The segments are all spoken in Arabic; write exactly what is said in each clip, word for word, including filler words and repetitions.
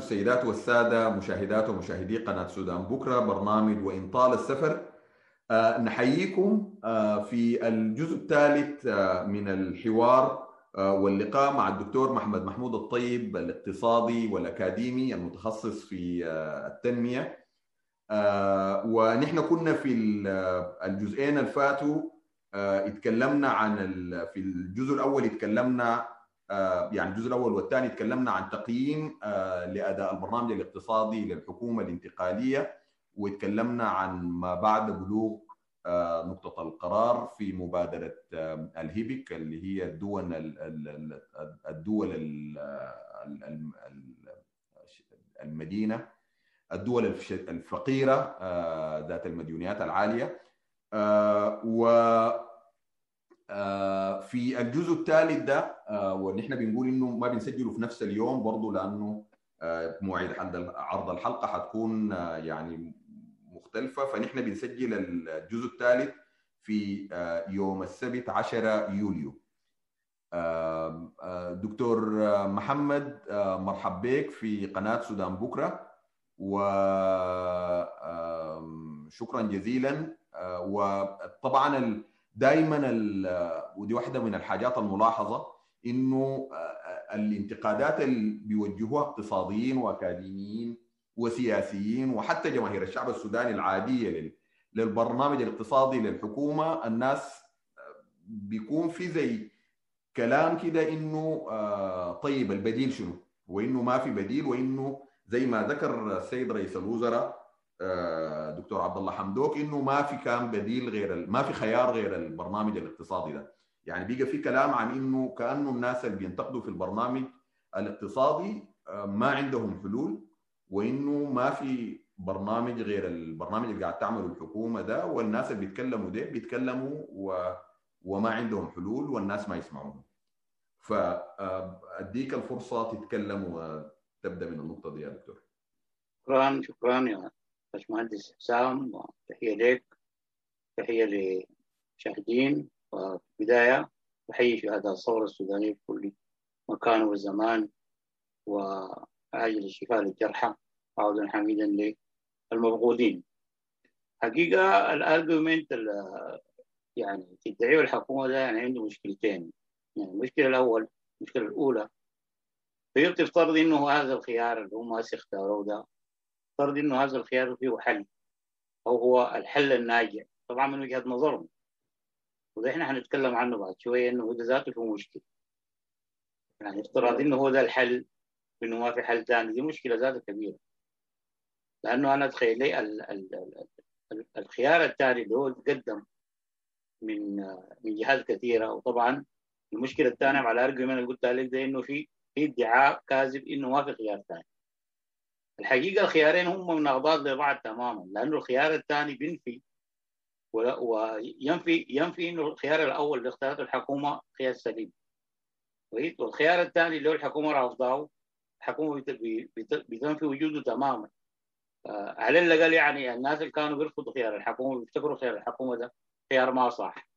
السيدات والسادة مشاهدات ومشاهدي قناة سودان بكرة، برنامج وإن طال السفر. آه، نحييكم آه، في الجزء الثالث آه، من الحوار آه، واللقاء مع الدكتور محمد محمود الطيب، الاقتصادي والأكاديمي المتخصص في آه، التنمية. آه، ونحن كنا في ال- آه، الجزئين الفاتوا آه، اتكلمنا عن ال- في الجزء الأول اتكلمنا آه، يعني الجزء الأول والثاني اتكلمنا عن تقييم آه، لأداء البرنامج الاقتصادي للحكومة الانتقالية، واتكلمنا عن ما بعد بلوغ آه، نقطة القرار في مبادرة آه، الهيبك اللي هي الدول ال- ال- ال- الدول ال- ال- ال- المدينة الدول الفش- الفقيرة آه، ذات المديونيات العالية. آه، و آه، في الجزء الثالث ده آه، ونحن بنقول انه ما بنسجله في نفس اليوم برضه، لانه آه، مواعيد حد- عرض الحلقه حتكون آه، يعني مختلفه، فنحن بنسجل الجزء الثالث في آه، يوم السبت عشرة يوليو. آه، آه، دكتور آه، محمد، آه، مرحب بك في قناه سودان بكره، وشكرا جزيلا. آه، وطبعا دائما ودي واحده من الحاجات الملاحظه، انه آه، الانتقادات اللي بيوجهوها اقتصاديين واكاديميين وسياسيين وحتى جماهير الشعب السوداني العاديه لل- للبرنامج الاقتصادي للحكومه، الناس بيكون في زي كلام كده انه آه، طيب البديل شنو، وانه ما في بديل، وانه زي ما ذكر السيد رئيس الوزراء آه، دكتور عبد الله حمدوك انه ما في كان بديل غير ال- ما في خيار غير البرنامج الاقتصادي ده. يعني بقى في كلام عن انه كانه الناس اللي بينتقدوا في البرنامج الاقتصادي آه، ما عندهم حلول، وانه ما في برنامج غير البرنامج اللي قاعد تعمله الحكومه ده، والناس اللي بيتكلموا ده بيتكلموا و... وما عندهم حلول والناس ما يسمعوهم. فأديك الفرصة تتكلم وتبدأ من النقطة دي يا دكتور. شكرا شكرا يا باشمهندس حسام، وتحية لك، تحية للمشاهدين. وفي البداية تحية شهداء الثورة السودانية في كل مكان وزمان، وعاجل الشفاء للجرحى، وعودا حميدا للمفقودين. حقيقة الارجيومنت يعني تدعيه الحكومة ده يعني عنده مشكلتين. يعني المشكلة الأول المشكلة الأولى هي بتفترض إنه هذا الخيار اللي هم هسه اختاروه ده، افترض إنه هذا الخيار فيه حل، أو هو الحل الناجع طبعا من وجهة نظرهم، وده إحنا هنتكلم عنه بعد شوية إنه ده ذاته فيه مشكلة. يعني افتراض إنه هو ده الحل وإنه ما في حل ثاني، دي مشكلة ذاتها كبيرة. لأنه أنا أتخيل لي ال ال ال الخيار الثاني اللي هو تقدم من من جهات كثيرة، وطبعا المشكلة الثانية مع الارجيومنت اللي قلت لك ده إنه في في ادعاء كاذب إنه ما في خيار ثاني. الحقيقة الخيارين هم من أضداد لبعض تماما، لأنه الخيار الثاني بينفي وينفي ينفي إنه الخيار الأول اللي اختارته الحكومة خيار سليم، والخيار الثاني اللي هو الحكومة رافضاه، الحكومة بتنفي وجوده تماما. على الأقل يعني الناس اللي كانوا بيرفضوا خيار الحكومة بيفتكروا خيار الحكومة ده خيار ما صح،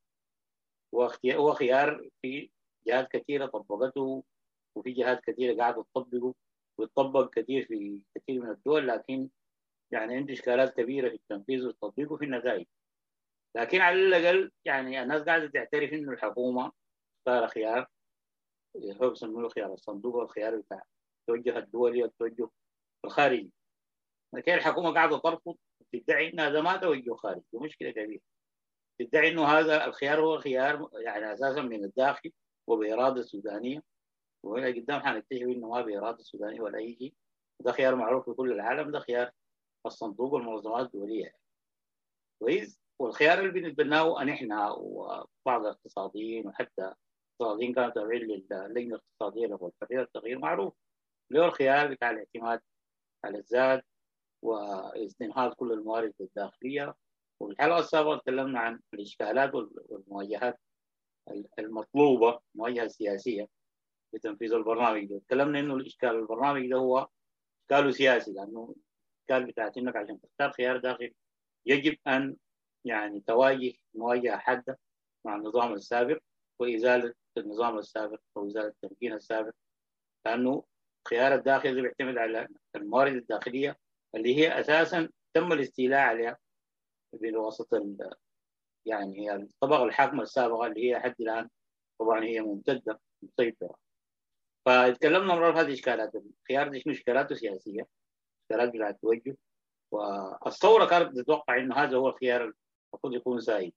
هو خيار في جهات كثيرة طبقته، وفي جهات كثيرة قاعدة تطبقه ويتطبق كثير في كثير من الدول، لكن يعني عنده إشكالات كبيرة في التنفيذ والتطبيق وفي النتائج. لكن على الأقل يعني الناس قاعدة تعترف إنه الحكومة اختار خيار هو بيسموه خيار الصندوق، والخيار بتاع التوجه الدولي والتوجه الخارجي. لكن الحكومة قاعدة ترفض، تدعي إن هذا ما توجه خارجي، مشكلة كبيرة. تدعي إنه هذا الخيار هو خيار يعني أساسا من الداخل وبإرادة سودانية، وهنا قدام حنكتشف إنه ما بإرادة سودانية ولا أي شيء. ده خيار معروف في كل العالم، ده خيار الصندوق والمنظمات الدولية. كويس. والخيار اللي بنتبناه نحن وبعض الاقتصاديين، وحتى الاقتصاديين كانوا تابعين للجنة الاقتصادية والحرية والتغيير، معروف اللي هو الخيار بتاع الاعتماد على الذات واستنهاض كل الموارد الداخلية. وفي الحلقة السابقة تكلمنا عن الإشكالات والمواجهات المطلوبة، مواجهة سياسية لتنفيذ البرنامج ده. تكلمنا إنه الإشكال البرنامج ده هو إشكاله سياسي، لأنه إشكال بتاعت إنك عشان تختار خيار داخلي يجب أن يعني تواجه مواجهة حادة مع النظام السابق وإزالة النظام السابق أو إزالة التمكين السابق، لأنه الخيار الداخلي بيعتمد على الموارد الداخليه اللي هي اساسا تم الاستيلاء عليها بواسطه يعني هي الطبقه الحاكمه السابقه اللي هي حد الان طبعا هي ممتده مسيطره. فتكلمنا مرة هذه اشكالات الخيار دي شنو اشكالاته سياسيه، اشكالات بتاعت توجه، والثوره كانت تتوقع انه هذا هو الخيار المفروض يكون سائد.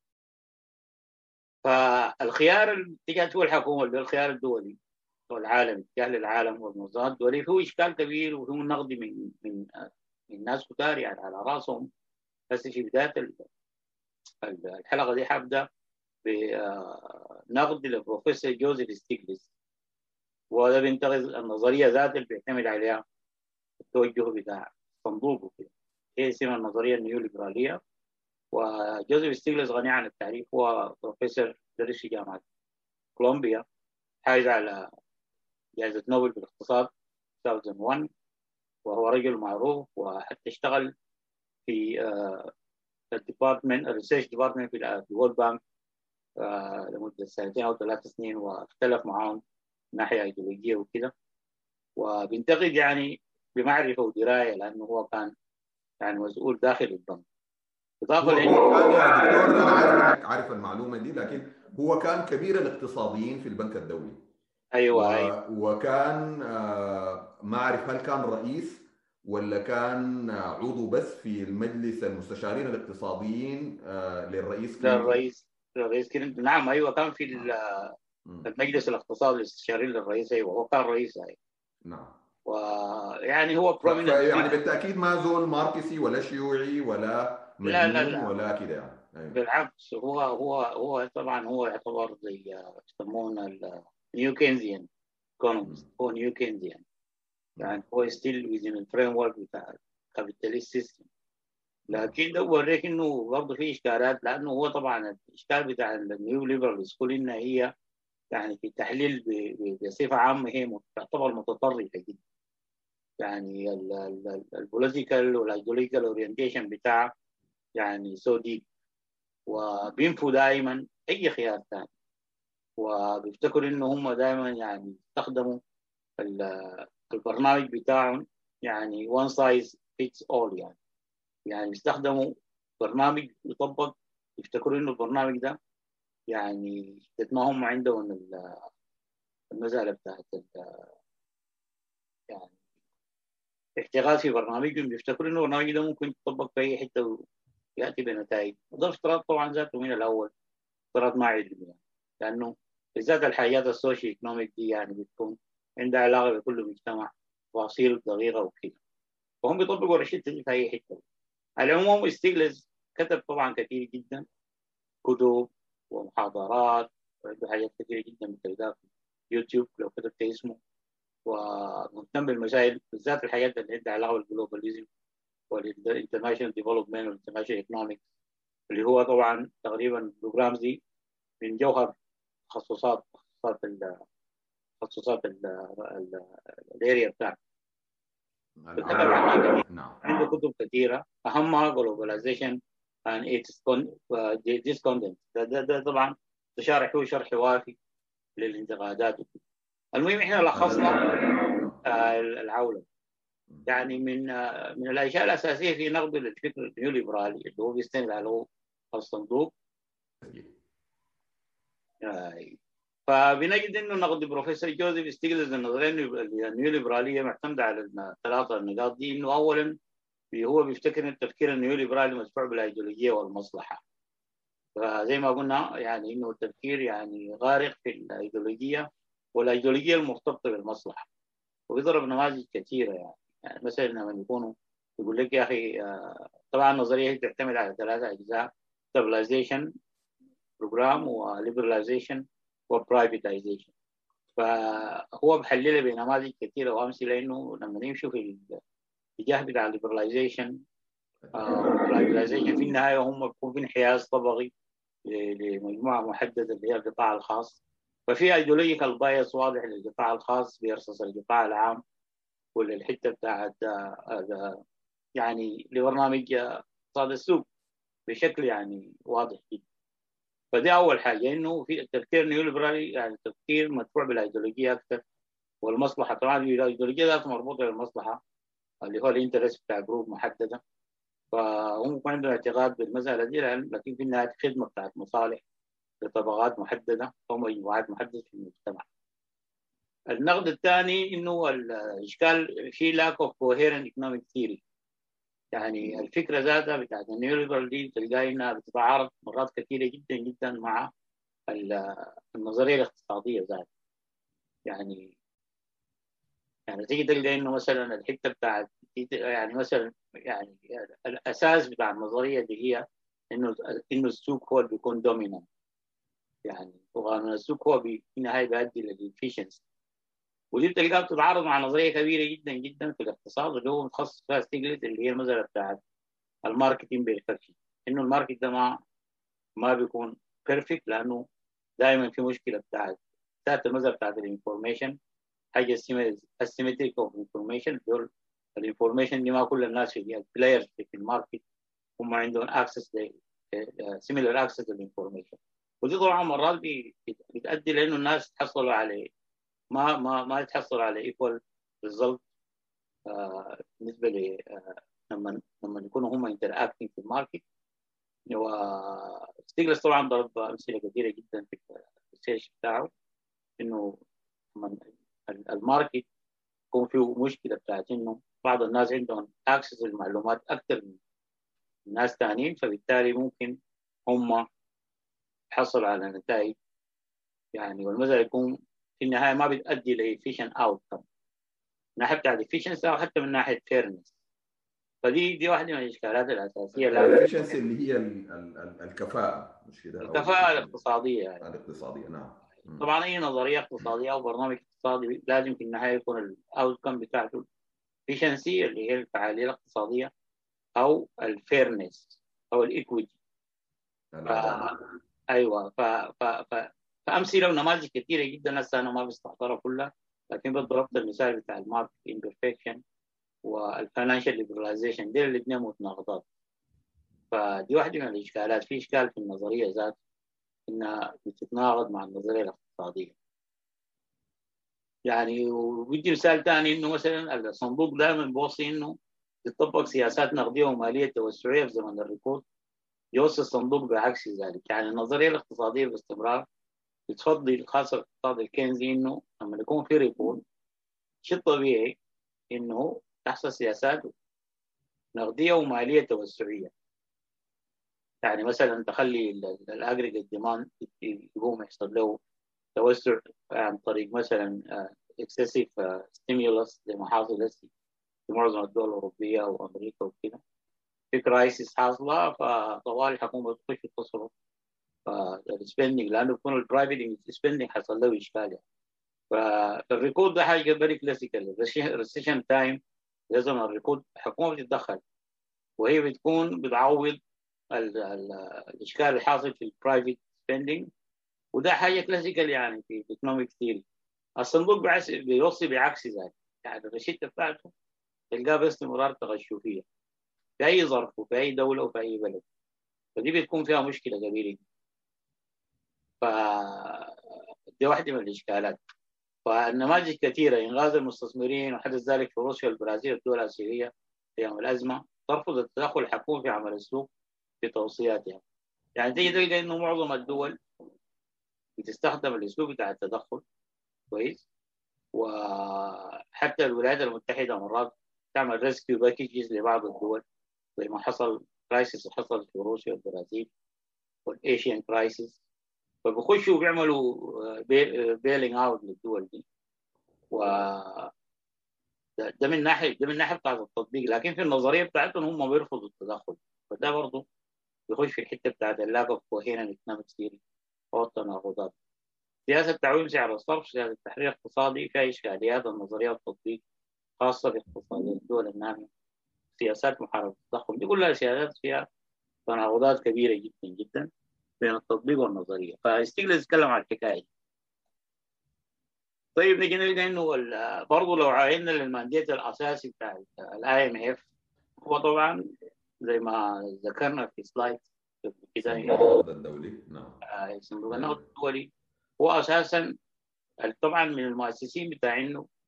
فالخيار اللي اتجهت هو الحكومه اللي هو الخيار الدولي والعالمي اتجاه للعالم والمنظمات الدوليه هو اشكال كبير وهو نقد من من من ناس كتار يعني على راسهم. بس في بدايه الحلقه دي حابدا بنقد للبروفيسور جوزيف ستيغليتز، وهذا بينتقد النظريه ذات اللي بيعتمد عليها التوجه بتاع صندوق وكده، هي اسمها النظريه النيوليبراليه. وجوزيف ستيغليتز غني عن التعريف، هو بروفيسور درس في جامعه كولومبيا، حاز على جائزه نوبل بالاقتصاد ألفين وواحد، وهو رجل معروف وحتى اشتغل في الديبارتمنت الريسيرش ديبارتمنت في الورلد بانك لمده سنتين او ثلاث سنين، واختلف معاهم من ناحيه ايديولوجيه وكده، وبينتقد يعني بمعرفه ودرايه لانه هو كان يعني مسؤول داخل البنك. اضافه هو, هو كان يا دكتور، انا عارف انك عارف المعلومه دي، لكن هو كان كبير الاقتصاديين في البنك الدولي. ايوه و... ايوه وكان ما اعرف هل كان رئيس ولا كان عضو بس في المجلس المستشارين الاقتصاديين للرئيس كلينتون. للرئيس للرئيس كلينتون، نعم ايوه كان في المجلس الاقتصادي الاستشاري للرئيس، ايوه هو كان رئيس. ايوه نعم. ويعني هو بروميننت يعني بالتاكيد ما زول ماركسي ولا شيوعي ولا مجنون لا لا لا. ولا كده يعني. أيوة. بالعكس هو هو هو طبعا هو يعتبر زي يسمونه النيو كينزيان ايكونومست، هو نيو كينزيان يعني هو ستيل ويزن الفريم ورك بتاع الكابيتاليست سيستم. لكن ده بوريك انه برضه في اشكالات، لانه هو طبعا الاشكال بتاع النيو ليبرال سكول ان هي يعني في التحليل بصفه عامه هي تعتبر متطرفه جدا. يعني البوليتيكال والايديولوجيكال اورينتيشن بتاعه يعني سو ديب، وبينفوا دائما اي خيار ثاني، وبيفتكروا انه هم دائما يعني يستخدموا البرنامج بتاعهم يعني one size fits all يعني يعني بيستخدموا برنامج يطبق، يفتكروا انه البرنامج ده يعني ما هم عندهم المسألة بتاعت يعني احتغال في برنامجهم، بيفتكروا انه البرنامج ده ممكن يطبق في اي حته وياتي بنتائج. وده افتراض طبعا ذاته من الاول افتراض ما علمي يعني، لانه بالذات الحاجات السوشيال ايكونوميك دي يعني بتكون عندها علاقه بكل مجتمع، تفاصيل دقيقه وكده، فهم بيطبقوا الشيء في اي حته. على العموم ستيغليتز كتب طبعا كثير جدا كتب ومحاضرات، وعنده حاجات كثيره جدا بتلقاها في يوتيوب لو كتبت اسمه، ومهتم بالمسائل بالذات الحاجات اللي عندها علاقه بالجلوباليزم والانترناشونال ديفلوبمنت والانترناشونال ايكونومكس، اللي هو طبعا تقريبا البروجرام دي من جوهر تخصصات تخصصات ال تخصصات الاريا بتاعته. نعم. عنده كتب كثيره اهمها جلوباليزيشن and its discontent. ده, ده, ده طبعا شارح هو شرح وافي للانتقادات. المهم احنا لخصنا آه العولمه يعني من آه من الاشياء الاساسيه في نقد للفكر النيوليبرالي اللي هو بيستند على الصندوق. آه فبنجد انه نقد بروفيسور جوزيف ستيغليتز النظريه النيوليبراليه معتمده على الثلاثه النقاط دي. انه اولا هو بيفتكر ان التفكير النيوليبرالي مدفوع بالايديولوجيه والمصلحه، فزي ما قلنا يعني انه التفكير يعني غارق في الايديولوجيه والايديولوجيه المرتبطه بالمصلحه. وبيضرب نماذج كثيره يعني, يعني مثلا لما يكونوا يقول لك يا اخي آه طبعا النظريه هي تعتمد على ثلاثه اجزاء: stabilization بروجرام وليبراليزيشن وبرايفتيزيشن. فهو بحللها بنماذج كثيره وامثله انه لما يمشوا في الاتجاه بتاع الليبراليزيشن والبرايفتيزيشن في النهايه هم بيكون في انحياز طبقي لمجموعه محدده اللي هي القطاع الخاص، ففي ايديولوجيكال بايس واضح للقطاع الخاص بيرصص القطاع العام وللحته بتاعت يعني لبرنامج اقتصاد السوق بشكل يعني واضح جدا. فدي اول حاجه انه في التفكير النيوليبرالي يعني تفكير مدفوع بالايديولوجيه اكثر والمصلحه طبعا الايديولوجيه ذاتها مربوطه بالمصلحه اللي هو الانترست بتاع جروب محدده، فهم يكون عندهم اعتقاد بالمساله دي، لكن في النهايه خدمه بتاعت مصالح لطبقات محدده او مجموعات محدده في المجتمع. النقد الثاني انه الاشكال في lack of coherent economic theory، يعني الفكره ذاتها بتاعت النيوليبرال دي تلقاها انها بتتعارض مرات كثيره جدا جدا مع النظريه الاقتصاديه ذاتها. يعني يعني تيجي تلقى انه مثلا الحته بتاعت يعني مثلا يعني الاساس بتاع النظريه دي هي انه انه السوق هو اللي بيكون دومينانت، يعني وقانون السوق هو في النهايه بيؤدي للافشنسي، ودي بتلقاها بتتعارض مع نظريه كبيره جدا جدا في الاقتصاد اللي هو متخصص فيها ستيجلتس، اللي هي المساله بتاعت الماركتنج بيرفكشن، انه الماركت ده ما ما بيكون بيرفكت، لانه دائما في مشكله بتاعت ذات المساله بتاعت الانفورميشن، حاجه asymmetric اوف انفورميشن، دول الانفورميشن دي ما كل الناس في البلايرز في الماركت هم عندهم اكسس ل سيميلر اكسس للانفورميشن، ودي طبعا مرات بتؤدي لانه الناس تحصلوا على ما ما ما يتحصلوا على ايكوال ريزلت بالنسبه ل لما لما يكونوا هم انتراكتنج في الماركت. وستيجلس طبعا ضرب امثله كثيره جدا في الريسيرش بتاعه انه الماركت يكون فيه مشكله بتاعت انه بعض الناس عندهم اكسس للمعلومات اكثر من ناس ثانيين، فبالتالي ممكن هم يحصلوا على نتائج يعني، والمسألة يكون في النهايه ما بتؤدي لإفيشنت اوتكم من ناحيه بتاعت efficiency او حتى من ناحيه fairness. فدي دي واحده من الاشكالات الاساسيه الافشنسي اللي هي ال ال الكفاءه، مش كده؟ الكفاءه الاقتصاديه يعني. الاقتصاديه نعم. طبعا اي نظريه اقتصاديه او برنامج اقتصادي لازم في النهايه يكون الاوتكم بتاعته efficiency اللي هي الفعاليه الاقتصاديه او الفيرنس او الايكويتي. ف... ايوه ف... ف... ف... فامثله ونماذج كثيره جدا هسه انا ما بستحضرها كلها، لكن بس ضربت المثال بتاع الماركت امبرفكشن والفاينانشال ليبراليزيشن، دول الاثنين متناقضات. فدي واحده من الاشكالات، في اشكال في النظريه ذات انها بتتناقض مع النظريه الاقتصاديه. يعني وبيدي مثال ثاني انه مثلا الصندوق دائما بيوصي انه تطبق سياسات نقديه وماليه توسعيه في زمن الركود، يوصي الصندوق بعكس ذلك. يعني النظريه الاقتصاديه باستمرار بتفضل خاصه الاقتصاد الكينزي انه لما يكون في ركود شيء طبيعي انه تحصل سياسات نقديه وماليه توسعيه. يعني مثلا تخلي الاجريجيت ديماند يقوم يحصل له توسع عن طريق مثلا اكسسيف ستيمولس زي ما حاصل هسه في معظم الدول الاوروبيه وامريكا وكده. في كرايسيس حاصله فطوال الحكومه تخش تصرف فالسبندنج، لانه بيكون البرايفت سبندنج حصل له اشكال يعني. فالريكود ده حاجه فيري كلاسيكال، الريسيشن تايم لازم الريكود الحكومه بتتدخل وهي بتكون بتعوض ال ال الاشكال الحاصل في البرايفت سبندنج، وده حاجه كلاسيكال يعني في الايكونوميك ثيوري. الصندوق بيوصي بعكس ذلك، يعني الرشيده بتاعته تلقاه باستمرار تغشفيه في اي ظرف وفي اي دوله وفي اي بلد، فدي بتكون فيها مشكله كبيره. ف دي واحده من الاشكالات. فالنماذج كثيره، انغاز المستثمرين وحدث ذلك في روسيا والبرازيل والدول الاسيويه في ايام الازمه، ترفض التدخل الحكومي في عمل السوق في توصياتها. يعني تيجي تلقى انه معظم الدول بتستخدم الاسلوب بتاع التدخل كويس، وحتى الولايات المتحده مرات تعمل ريسكيو باكيجز لبعض الدول زي ما حصل كرايسيس حصل في روسيا والبرازيل والايشيان كرايسيس، فبخشوا بيعملوا بيلينج اوت للدول دي. و ده من ناحيه ده من ناحيه بتاعت التطبيق، لكن في النظريه بتاعتهم هم بيرفضوا التدخل، فده برضه بيخش في الحته بتاعت اللاك اوف كوهيرنت ايكونوميك ثيوري او التناقضات. سياسه تعويم سعر الصرف، سياسه تحرير اقتصادي فيها اشكاليات النظريه والتطبيق خاصه باقتصاد الدول الناميه. سياسات محاربه التضخم دي كلها سياسات فيها تناقضات كبيره جدا جدا بين التطبيق والنظريه، فاستيجلز يتكلم عن الحكايه. طيب نجي نلقى انه برضه لو عاينا للمانديت الاساسي بتاع الاي ام اف، هو طبعا زي ما ذكرنا في سلايد كده النقد الدولي. نعم. صندوق النقد الدولي هو اساسا طبعا من المؤسسين بتاع انه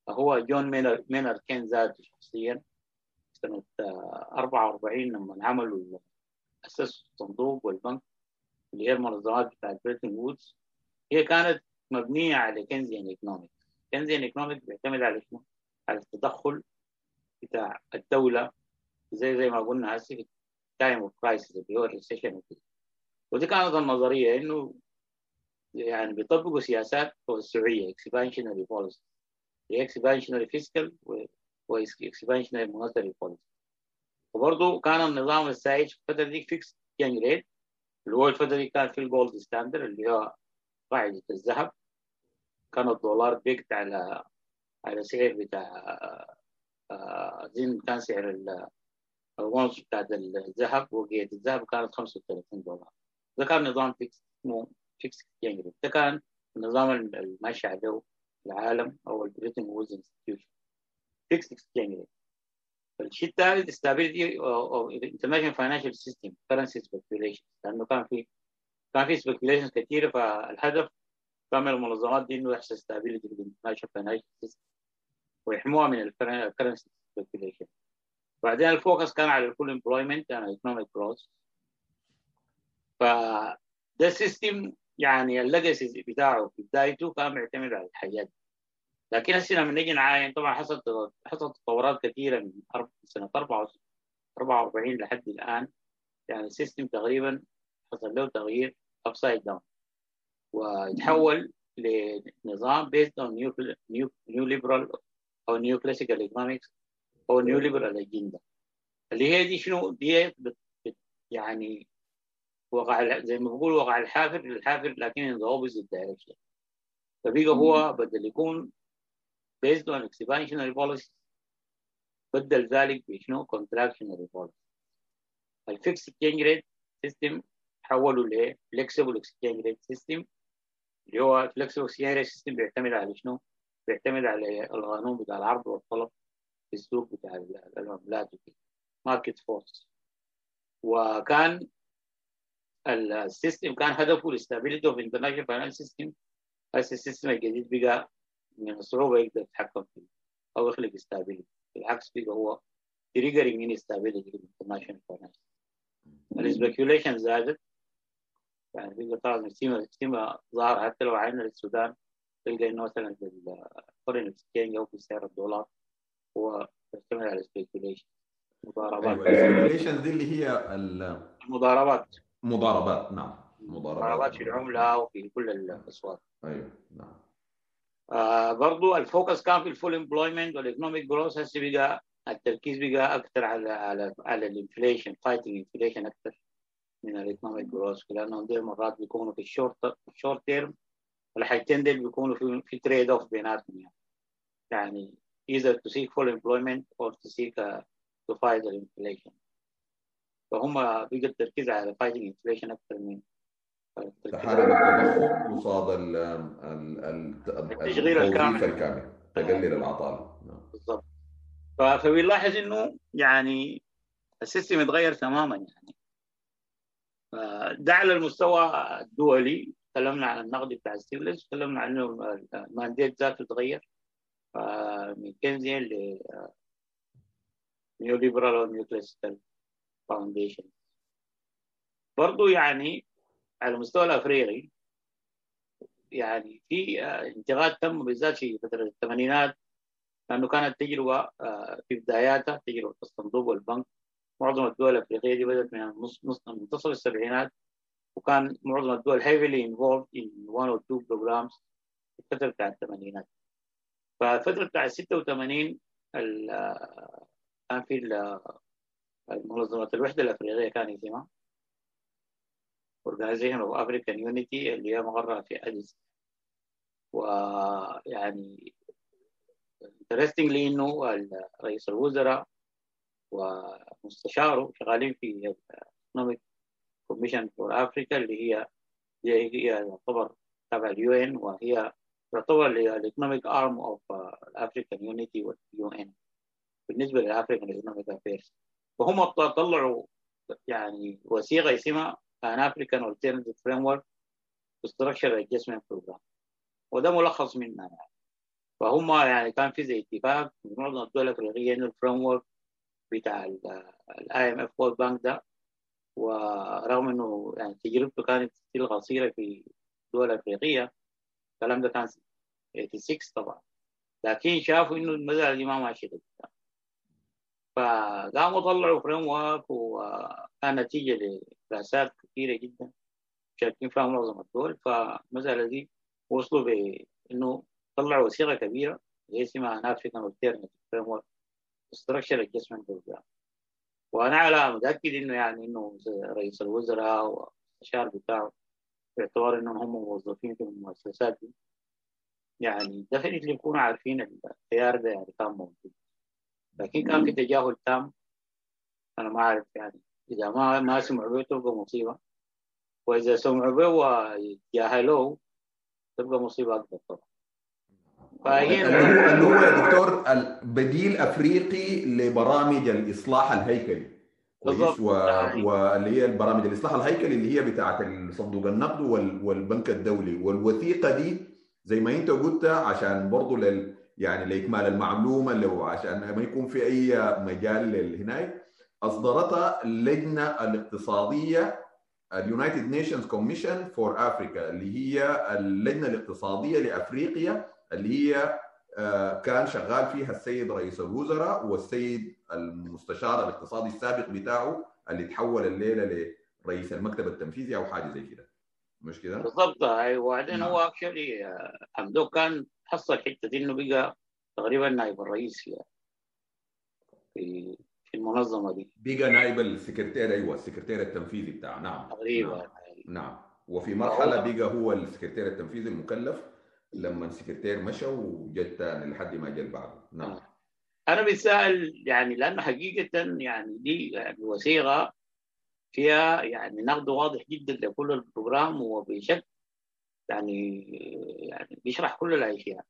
هو جون مينر مينر كين ذاته شخصيا سنة أربعة وأربعين لما عملوا أسسوا الصندوق والبنك اللي هي المنظمات بتاعت بريتن وودز. هي كانت مبنية على كينزيان ايكونوميك. كينزيان ايكونوميك بيعتمد على شنو؟ على التدخل بتاع الدولة زي زي ما قلنا هسه في تايم اوف كرايسيس اللي هو الريسيشن وكده. ودي كانت النظرية إنه يعني بيطبقوا سياسات توسعية expansionary policy، expansionary fiscal و expansionary monetary policy. وبرضه كان النظام السائد في الفترة دي فيكس اكسشينج ريت، اللي هو الفترة دي كان في الجولد ستاندر اللي هو قاعدة الذهب. كان الدولار بيقت على على سعر بتاع أظن كان سعر الونص بتاع الذهب، وقيمة الذهب كانت خمسة وثلاثين دولار. ده كان نظام فيكس اسمه فيكس اكسشينج ريت. ده كان النظام الماشي عليه العالم او البريتن وودز انستتيوشن، فيكس اكسشينج ريت. الشيء الثالث stability of international financial system currency speculation، لانه كان في كان في speculations كثيره، فالهدف كان من المنظمات دي انه يحصل stability في international financial system ويحموها من الكرنسي speculation. بعدين الفوكس كان على الفول employment and economic growth. فده السيستم يعني الليجاسي بتاعه في بدايته كان معتمد على الحياه دي. لكن هسه لما نيجي نعاين طبعا حصلت حصلت تطورات كثيره من سنه أربعة وأربعين لحد الان. يعني السيستم تقريبا حصل له تغيير upside down وتحول لنظام based on new new new liberal او new classical economics او new liberal agenda، اللي هي دي شنو دي يعني وقع زي ما بقول وقع الحافر للحافر لكن in the opposite direction. فبقى هو بدل يكون based on expansionary policy بدل ذلك بشنو contractionary policy. الفيكس اكسشينج ريت سيستم حولوا ل flexible exchange rate system، اللي هو flexible exchange rate system بيعتمد على شنو؟ بيعتمد على القانون بتاع العرض والطلب في السوق بتاع العملات وكده، ماركت فورس. وكان السيستم كان هدفه الاستابيليتي اوف انترناشونال فاينانس سيستم. هسه السيستم الجديد بقى من الصعوبه يقدر يتحكم فيه او يخلق استابيليتي، بالعكس بقى هو تريجرنج انستابيليتي في الانترناشونال فاينانس. السبيكيوليشن زادت، يعني بقى طبعا السيما السيما ظهر حتى لو عينا للسودان تلقى انه مثلا في الفورين اكسشينج او في سعر الدولار هو يعتمد على السبيكيوليشن مضاربات. السبيكيوليشن دي اللي هي المضاربات مضاربات نعم مضاربات في العمله وفي كل الاسواق. ايوه نعم. آه برضو الفوكس كان في الفول امبلويمنت والايكونوميك جروث. هسه بقى التركيز بقى اكثر على على على الانفليشن، فايتنج انفليشن اكثر من الايكونوميك جروث، لانهم دي مرات بيكونوا في الشورت شورت تيرم، والحاجتين دول بيكونوا في في تريد اوف بيناتهم، يعني يعني either to seek full employment or to seek uh, to fight the inflation. فهم بقى التركيز على fighting inflation اكثر من تحارب التضخم قصاد التشغيل التوظيف الكامل، تقلل العطاله. بالضبط. فبنلاحظ انه يعني السيستم اتغير تماما، يعني ده على المستوى الدولي. تكلمنا عن النقد بتاع الستيفلز، تكلمنا عن انه المانديت ذاته اتغير من كينزيان ل نيو ليبرال او نيو كلاسيكال فاونديشن. برضو يعني على المستوى الافريقي يعني في انتقاد تم بالذات في فتره الثمانينات، لانه كانت تجربه في بداياتها تجربه الصندوق والبنك. معظم الدول الافريقيه دي بدات من منتصف السبعينات، وكان معظم الدول heavily involved in one or two programs في الفتره بتاع الثمانينات. فالفتره بتاع ستة وثمانين كان في منظمه الوحده الافريقيه كان اسمها Organization of African Unity اللي هي مقرها في أديس. ويعني interestingly انه رئيس الوزراء ومستشاره شغالين في Economic Commission for Africa اللي هي هي يعتبر تبع اليو ان، وهي تعتبر الايكونوميك ارم اوف الافريكان يونيتي واليو ان بالنسبه للافريكان ايكونوميك افيرز. وهم طلعوا يعني وثيقه اسمها An African Alternative Framework to Structural Adjustment Program، وده ملخص منها يعني. فهم يعني كان في زي اتفاق من منظمه الدول الافريقيه انه الفريم ورك بتاع الاي ام اف وورلد بانك ده، ورغم انه يعني تجربته كانت ستيل قصيره في الدول الافريقيه، الكلام ده كان ستة وثمانين طبعا، لكن شافوا انه المساله دي ما ماشيه قدام، فقاموا طلعوا فريم ورك، وكان نتيجه لدراسات كثيره جدا شاركين فيها معظم الدول. فالمساله دي وصلوا بانه طلعوا وثيقه كبيره اللي اسمها African Alternative Framework Structural Adjustment Program. وانا على متاكد انه يعني انه رئيس الوزراء والمستشار بتاعه باعتبار انهم هم موظفين في المؤسسات دي يعني دفنتلي يكونوا عارفين الخيار ده يعني كان موجود، لكن كان في تجاهل تام. انا ما اعرف يعني اذا ما ما سمعوا به تبقى مصيبه، واذا سمعوا به وجاهلوه تبقى مصيبه اكبر طبعا. اللي هو اللي هو يا دكتور بديل افريقي لبرامج الاصلاح الهيكلي كويس، واللي هي البرامج الاصلاح الهيكلي اللي هي بتاعه صندوق النقد والبنك الدولي. والوثيقه دي زي ما انت قلت عشان برضه لل يعني لاكمال المعلومه، لو عشان ما يكون في اي مجال هناك، اصدرتها اللجنه الاقتصاديه اليونايتد نيشنز كوميشن فور افريكا، اللي هي اللجنه الاقتصاديه لافريقيا، اللي هي كان شغال فيها السيد رئيس الوزراء والسيد المستشار الاقتصادي السابق بتاعه اللي تحول الليله لرئيس المكتب التنفيذي او حاجه زي كده، مش كده؟ بالضبط. وبعدين نعم. هو اكشلي حمدوك كان حصل الحته دي انه بقى تقريبا نائب الرئيس في في في المنظمه دي، بقى نائب السكرتير. ايوه السكرتير التنفيذي بتاعه. نعم تقريبا. نعم, نعم. وفي مرحله بقى هو السكرتير التنفيذي المكلف لما السكرتير مشى وجت ثاني لحد ما جاء بعده. نعم. انا بتساءل يعني لانه حقيقه يعني دي يعني وثيقه فيها يعني نقد واضح جدا لكل البروجرام، وبشكل يعني يعني بيشرح كل الاشياء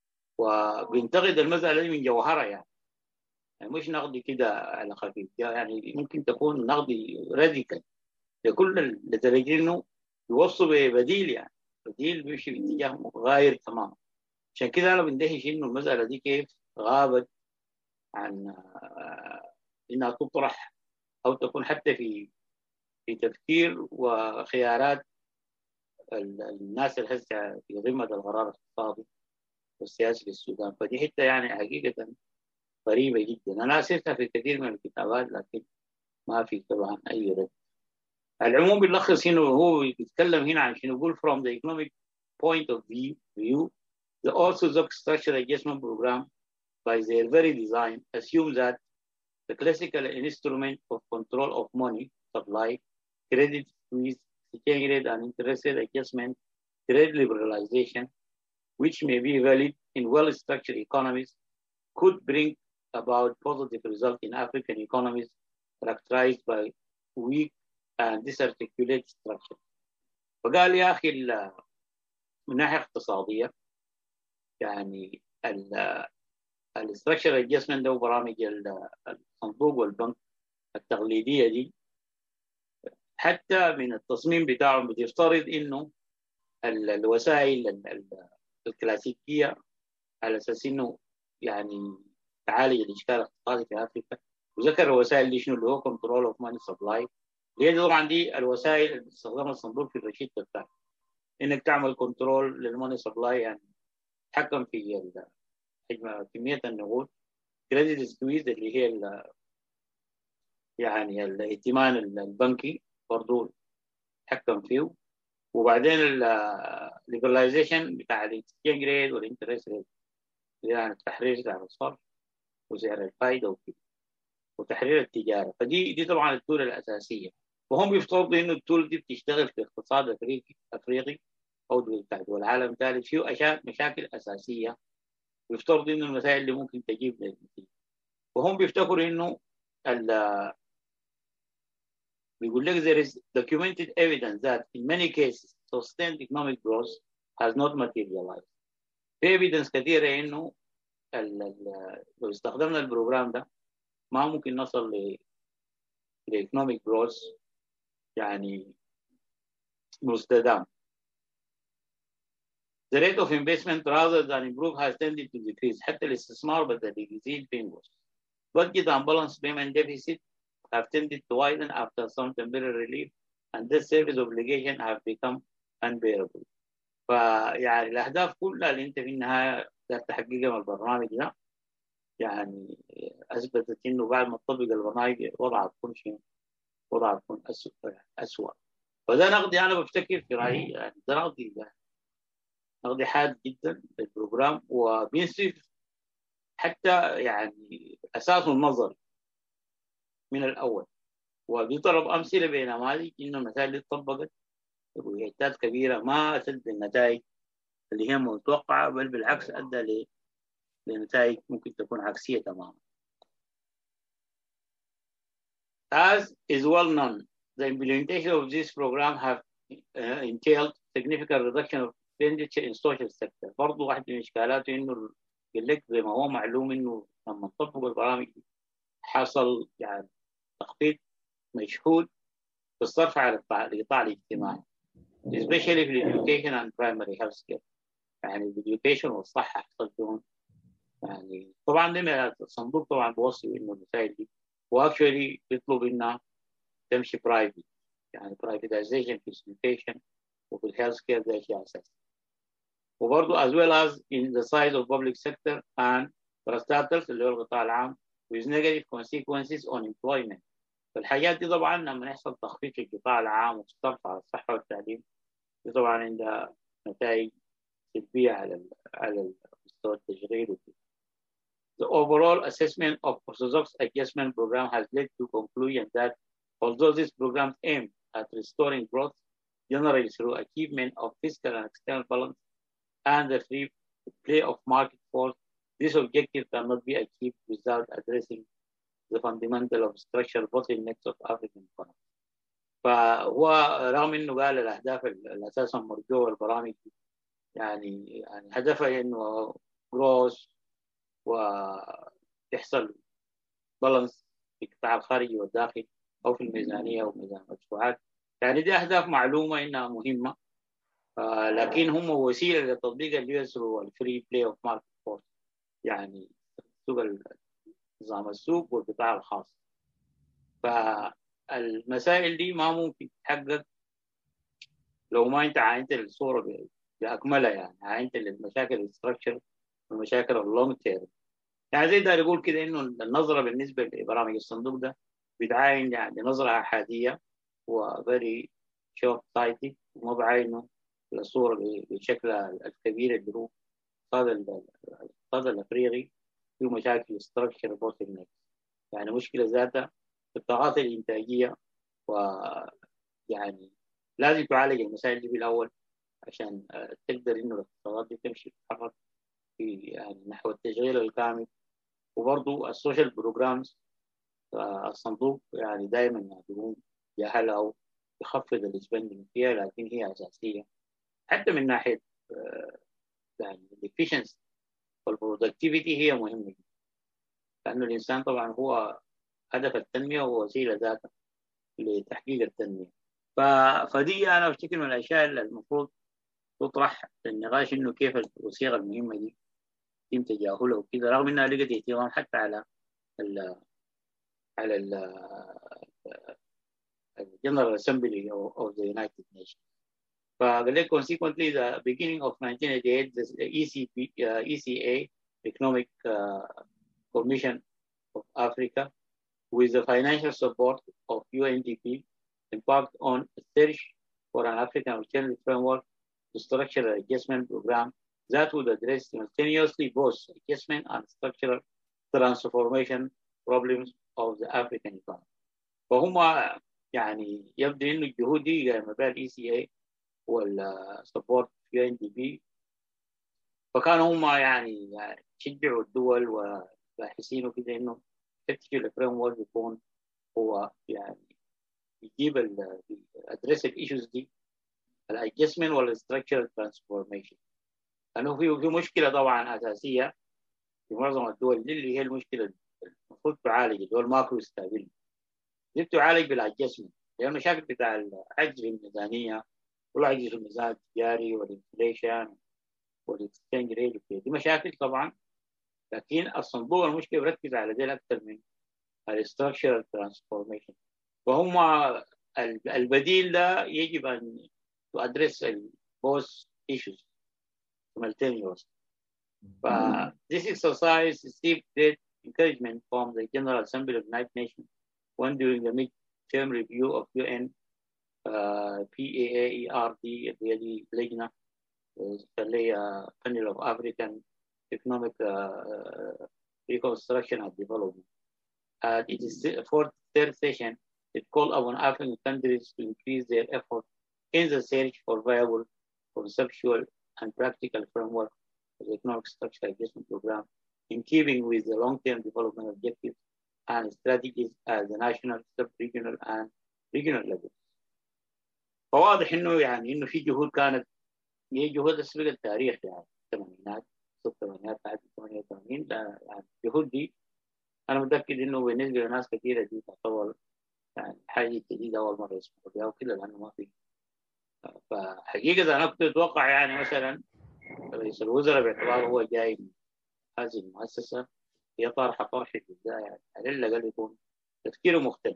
وبينتقد المساله دي من جوهرها، يعني يعني مش نقد كده على خفيف، يعني ممكن تكون نقد راديكال لكل لدرجه انه يوصوا ببديل، يعني بديل بيمشي باتجاه غاير تماما. عشان كده انا بندهش انه المساله دي كيف غابت عن انها تطرح او تكون حتى في في تفكير وخيارات الناس اللي هسه في ذمه القرار الاقتصادي والسياسي في السودان. فدي حته يعني حقيقه غريبه جدا، انا اسفتها في كثير من الكتابات لكن ما في طبعا اي رد. العموم بيلخص هنا، هو بيتكلم هنا عن شنو، يقول from the economic point of view, view the orthodox structural adjustment program by their very design assume that the classical instrument of control of money supply, credit squeeze, exchange rate and interest rate adjustment, trade liberalization, which may be valid in well-structured economies, could bring about positive results in African economies characterized by weak and disarticulated structure. فقال يا أخي من ناحية اقتصادية يعني الاستراكشر ادجستمنت ده وبرامج الصندوق والبنك التقليدية دي حتى من التصميم بتاعهم بتفترض انه الوسائل الكلاسيكية على اساس انه يعني تعالج الاشكال الاقتصادي في افريقيا، وذكر الوسائل دي شنو اللي هو كنترول اوف ماني سبلاي، اللي هي طبعا دي الوسائل اللي بتستخدمها الصندوق في الرشيد بتاعه، انك تعمل كنترول للماني سبلاي يعني تحكم في حجم كميه النقود، كريدت سكويز اللي هي ال يعني الائتمان البنكي برضه تحكم فيه، وبعدين الليبرلايزيشن بتاع الاكسشينج ريت والانترست ريت يعني تحرير سعر الصرف وسعر الفائده وكده، وتحرير التجاره. فدي دي طبعا التول الاساسيه، وهم بيفترضوا انه التول دي بتشتغل في اقتصاد افريقي افريقي او دول دول العالم الثالث فيه اشياء مشاكل اساسيه، بيفترضوا انه المسائل اللي ممكن تجيب للنتيجه. وهم بيفتكروا انه بيقول لك there is documented evidence that in many cases sustained economic growth has not materialized. في evidence كثيره انه ال ال لو استخدمنا البروجرام ده ما ممكن نصل ل economic growth يعني مستدام. The rate of investment rather than improve has tended to decrease. حتى الاستثمار بدأ يزيد بينقص. Budget and balance payment deficit have tended to widen after some temporary relief, and this service obligation have become unbearable. فيعني الأهداف كلها اللي أنت في النهاية قاعد تحققها من البرنامج ده يعني أثبتت إنه بعد ما تطبق البرنامج وضعها بيكون شيء وضعها بيكون أسوأ. فده نقدي أنا بفتكر في رأيي يعني ده نقدي نقدي حاد جدا للبروجرام وبينصف حتى يعني أساسه النظري من الأول، وبيضرب أمثلة بنماذج إنه المسائل اللي اتطبقت بروجكتات كبيرة ما أتت بالنتائج اللي هي متوقعة، بل بالعكس أدى لنتائج ممكن تكون عكسية تماما. As is well known, the implementation of this program have uh, entailed significant reduction of expenditure in social sector. برضو واحد من إشكالاته إنه قلت زي ما هو معلوم إنه لما نطبق البرامج حصل يعني تخفيض مجهود في الصرف على القطاع الاجتماعي especially في education and primary health care. يعني education والصحة حصل فيهم يعني طبعا لما الصندوق طبعا بوصي إنه المسائل دي واكشولي بيطلب إنها تمشي برايفت يعني privatization في education وفي الهيلث كير ده شيء أساسي. وبرضه as well as in the size of public sector and parastatals اللي هو القطاع العام with negative consequences on employment. فالحاجات دي طبعا لما يحصل تخفيض في القطاع العام والصرف على الصحة والتعليم دي طبعا عندها نتائج سلبية على على مستوى التشغيل وكده. The overall assessment of Orthodox adjustment program has led to conclusion that although this program aimed at restoring growth generally through achievement of fiscal and external balance and the free play of market force, this objective cannot be achieved without addressing the fundamental of structural bottlenecks of African economy. فهو رغم انه قال الاهداف الاساسا مرجوه البرامج يعني يعني هدفها انه جروث ويحصل بالانس في القطاع الخارجي والداخلي او في الميزانيه او ميزان المدفوعات، يعني دي اهداف معلومه انها مهمه آه لكن هم وسيله لتطبيق اليو اس والفري بلاي اوف ماركت فورس يعني سوق نظام السوق والقطاع الخاص. فالمسائل دي ما ممكن تتحقق لو ما انت عاينت الصوره باكملها، يعني عاينت المشاكل الاستراكشر والمشاكل اللونج تيرم. يعني زي ده يقول كده انه النظره بالنسبه لبرامج الصندوق ده بتعاين يعني نظره احاديه وفيري شورت سايتد وما بعينه الصوره بشكلها الكبير اللي هو الاقتصاد الافريقي فيه مشاكل استراكشر بوتل، يعني مشكله ذاتها في الطاقات الانتاجيه، ويعني لازم تعالج المسائل دي بالاول عشان تقدر انه الاقتصادات دي تمشي تتحرك في يعني نحو التشغيل الكامل. وبرضه السوشيال بروجرامز الصندوق يعني دائما بيقوم بأهلها او يخفض الاسبندنج فيها، لكن هي اساسيه حتى من ناحيه يعني الافشنسي والبرودكتيفيتي هي مهمه جدا، لانه الانسان طبعا هو هدف التنميه ووسيله ذاتها لتحقيق التنميه. فدي انا بفتكر من الاشياء اللي المفروض تطرح للنقاش انه كيف الوثيقه المهمه دي يتم تجاهلها وكذا، رغم انها لقت اهتمام حتى على ال على ال General Assembly of the United Nations. فقال لك consequently the beginning of nineteen eighty-eight the E C B, uh, E C A Economic uh, Commission of Africa with the financial support of U N D P embarked on a search for an African alternative framework to structure an adjustment program that would address simultaneously both adjustment and structural transformation problems of the African economy. فهم يعني يبدو انه الجهود دي قايمه بها الاي سي اي والسبورت يو ان دي بي، فكانوا هم يعني يشجعوا الدول وباحثين وكده انه يفتشوا الفريم ورك يكون هو يعني يجيب ادريس الايشوز دي الادجستمنت والستراكشر ترانسفورميشن، لانه في في مشكله طبعا اساسيه في معظم الدول دي اللي هي المشكله المفروض تعالج اللي هو الماكرو ستابيلتي دي بتعالج بالادجستمنت، هي المشاكل بتاع العجز في الميزانيه والعجز في الميزان التجاري والانفليشن والاكسشينج ريت دي مشاكل طبعا. لكن الصندوق المشكله بركز على ذلك اكثر من الستراكشرال ترانسفورميشن. فهم البديل ده يجب ان تدرس both issues simultaneously. But this exercise received great encouragement from the General Assembly of the United Nations when during the mid-term review of U N uh, P A A E R D اللي لجنة اللي panel of African Economic uh, Reconstruction and Development. Uh, it is the fourth third session. It called upon African countries to increase their effort in the search for viable, conceptual, and practical framework for the economic structure adjustment program in keeping with the long-term development objectives and strategies at the national, sub-regional, and regional levels. فواضح انه يعني انه في جهود كانت هي جهود تسبق التاريخ يعني الثمانينات الثمانينات بعد ثمانية وثمانين يعني الجهود دي انا متاكد انه بالنسبه لناس كثيره دي تعتبر يعني حاجه جديده اول مره يسمعوا بها وكذا لانه ما في. فحقيقه انا كنت اتوقع يعني مثلا رئيس الوزراء باعتباره هو جاي من هذه المؤسسه هي طرح طرح في البدايه يعني على الاقل يكون تفكيره مختلف.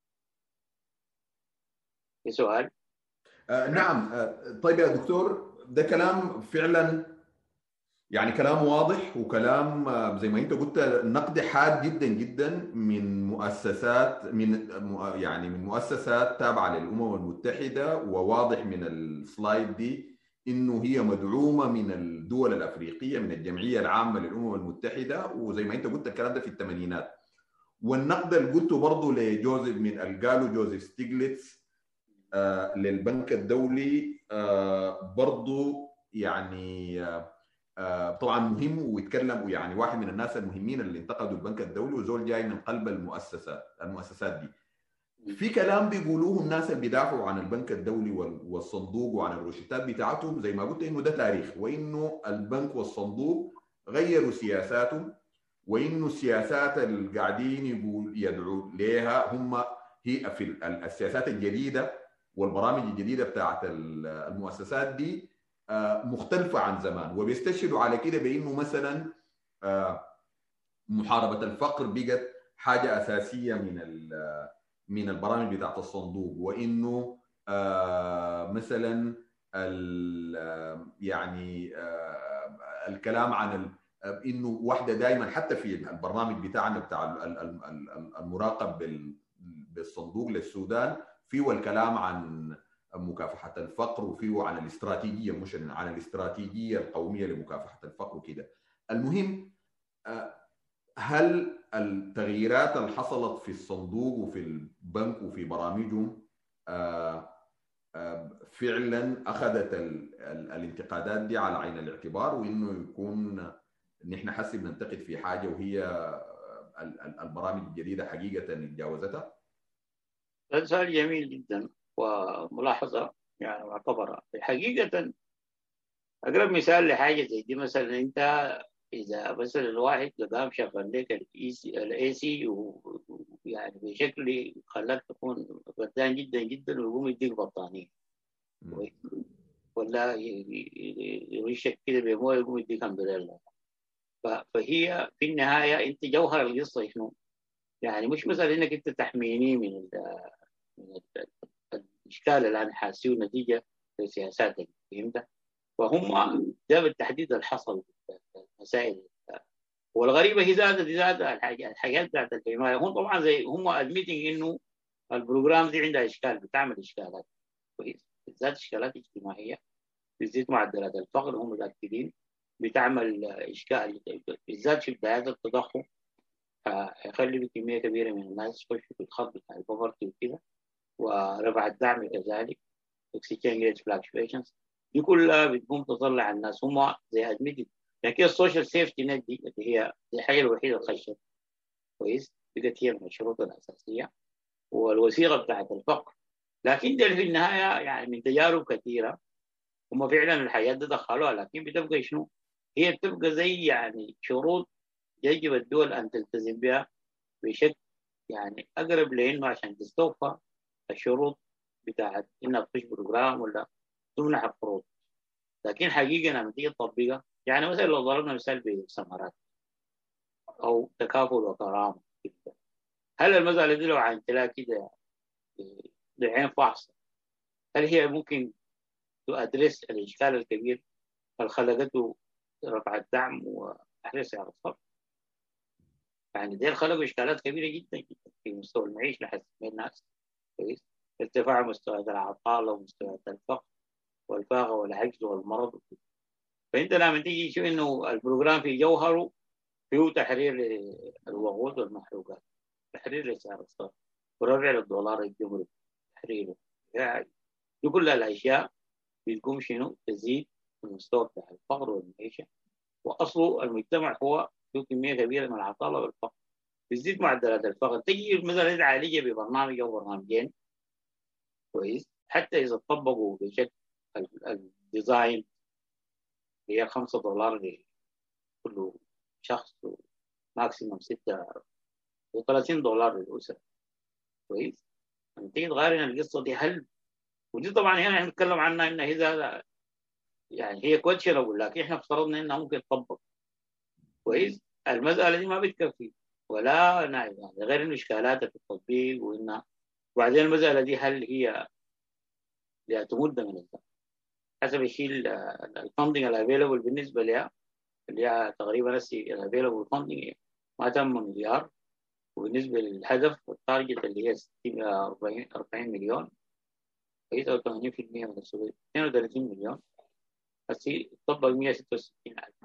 في سؤال؟ آه نعم. آه طيب يا دكتور، ده كلام فعلا يعني كلام واضح وكلام آه زي ما انت قلت نقد حاد جدا جدا من مؤسسات من يعني من مؤسسات تابعه للامم المتحده، وواضح من السلايد دي انه هي مدعومه من الدول الافريقيه من الجمعيه العامه للامم المتحده، وزي ما انت قلت الكلام ده في الثمانينات. والنقد اللي قلته برضه لجوزيف من اللي قاله جوزيف ستيغليتس آه للبنك الدولي آه برضه يعني آه آه طبعا مهم، ويتكلم يعني واحد من الناس المهمين اللي انتقدوا البنك الدولي وزول جاي من قلب المؤسسات المؤسسات دي. في كلام بيقولوه الناس اللي بيدافعوا عن البنك الدولي والصندوق وعن الروشتات بتاعتهم زي ما قلت انه ده تاريخ، وانه البنك والصندوق غيروا سياساتهم، وانه السياسات اللي قاعدين يقول يدعوا لها هم هي في السياسات الجديده والبرامج الجديده بتاعت المؤسسات دي مختلفه عن زمان، وبيستشهدوا على كده بانه مثلا محاربه الفقر بقت حاجه اساسيه من من البرامج بتاعت الصندوق، وانه مثلا يعني الكلام عن انه واحده دائما حتى في البرنامج بتاعنا بتاع المراقب بالصندوق للسودان فيه الكلام عن مكافحه الفقر، وفيه عن الاستراتيجيه مش عن الاستراتيجيه القوميه لمكافحه الفقر وكده. المهم، هل التغييرات اللي حصلت في الصندوق وفي البنك وفي برامجهم فعلا اخذت الانتقادات دي على عين الاعتبار، وانه يكون نحن حسب بننتقد في حاجه وهي البرامج الجديده حقيقه تجاوزتها؟ هذا سؤال جميل جدا وملاحظه يعني معتبره. حقيقه اقرب مثال لحاجه زي دي مثلا انت اذا مثلا الواحد قام شغل لك الاي سي ويعني بشكل خلاك تكون بردان جدا جدا ويقوم يديك بطانيه ولا يرشك كده بمويه يقوم يديك امبريلا. فهي في النهايه انت جوهر القصه شنو؟ يعني مش مثلا انك انت تحميني من من الاشكال اللي انا حاسيه نتيجه لسياساتك، فهمت؟ وهم ده بالتحديد اللي حصل مسائل. والغريبه هي زادت زادت الحاجات الحاجات بتاعت الحمايه. هم طبعا زي هم ادميتنج انه البروجرام دي عندها اشكال، بتعمل اشكالات كويس، بالذات اشكالات اجتماعيه، بالذات معدلات الفقر هم متاكدين بتعمل اشكال بالذات في بدايات التضخم، هيخلي كميه كبيره من الناس تخش في الخط بتاع البوفرتي وكده، ورفع الدعم كذلك، اكسشينج ريت فلاكشويشنز دي كلها بتقوم تطلع الناس هم زي ادميتد. لكن السوشيال سيفتي نت دي اللي هي الحاجه الوحيده الخشب كويس بقت هي من الشروط الاساسيه والوثيقه بتاعت الفقر. لكن ده في النهايه يعني من تجارب كثيره هم فعلا الحاجات دي دخلوها، لكن بتبقى شنو؟ هي بتبقى زي يعني شروط يجب الدول ان تلتزم بها بشكل يعني اقرب لانه عشان تستوفى الشروط بتاعت انها تخش بروجرام ولا تمنح القروض. لكن حقيقة لما تيجي تطبقها، يعني مثلا لو ضربنا مثال بثمرات أو تكافل وكرامة، هل المسألة دي لو عينت لها كده بعين فحص، هل هي ممكن تؤدرس الإشكال الكبير اللي خلقته رفع الدعم وتحرير سعر الصرف؟ يعني دي خلقوا إشكالات كبيرة جدا جدا في مستوى المعيشة لحد الناس، كويس، ارتفاع مستويات العطالة ومستويات الفقر والفاقة والعجز والمرض. فأنت لما تيجي تشوف إنه البروجرام في جوهره فيه تحرير للوقود والمحروقات، تحرير لسعر الصرف، ورفع للدولار الجمركي، تحريره، يعني دي كل الأشياء بتقوم شنو تزيد المستوى بتاع الفقر والمعيشة. وأصله المجتمع هو فيه كمية كبيرة من العطالة والفقر، بتزيد معدلات الفقر. تجي مثلا تعالجها ببرنامج أو برنامجين، كويس، حتى إذا طبقوا بشكل الديزاين اللي هي خمسة دولار لكل شخص، ماكسيموم ستة وثلاثين دولار للأسرة، كويس. لما تيجي تقارن القصة دي، هل ودي طبعا هنا احنا بنتكلم عنها انها اذا يعني هي كويشنبل، لكن احنا افترضنا انها ممكن تطبق، كويس. المسألة دي ما بتكفي ولا يعني غير انه اشكالاتها في التطبيق، وانها وبعدين المسألة دي هل هي لتمد من الزمن حسب الشيء الفندنج الافيلبل بالنسبة لها، اللي هي تقريبا الافيلبل فندنج ما تم مليار، وبالنسبة للهدف والتارجت اللي هي أربعين مليون، كويس، او ثمانين بالمئة من السوق اثنين وثلاثين مليون، بس طبق مئة وستة وستين ألف،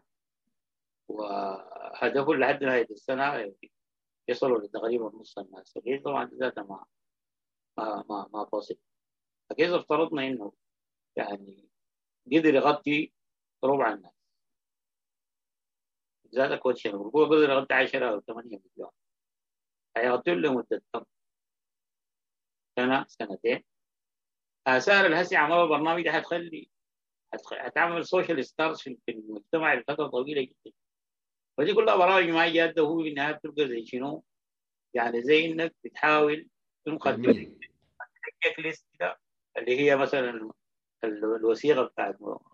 وهدفه لحد نهاية السنة يصلوا لتقريبا نص الناس. فكيف طبعا ذاته ما ما ما ما فاصل. فكيف افترضنا انه يعني قدر يغطي ربع الناس، ذاته كوتشن هو قدر يغطي عشرة او ثمانية مليون، هيغطي له مدة كم سنة سنتين. آثار الهسي عملوا البرنامج ده هتخلي هتعمل سوشيال ستارز في المجتمع لفترة طويلة جدا. فدي كلها برامج ما جاده، وهو في النهايه بتبقى زي شنو؟ يعني زي انك بتحاول تنقذ تشيك ليست كده، اللي هي مثلا الوثيقه بتاعت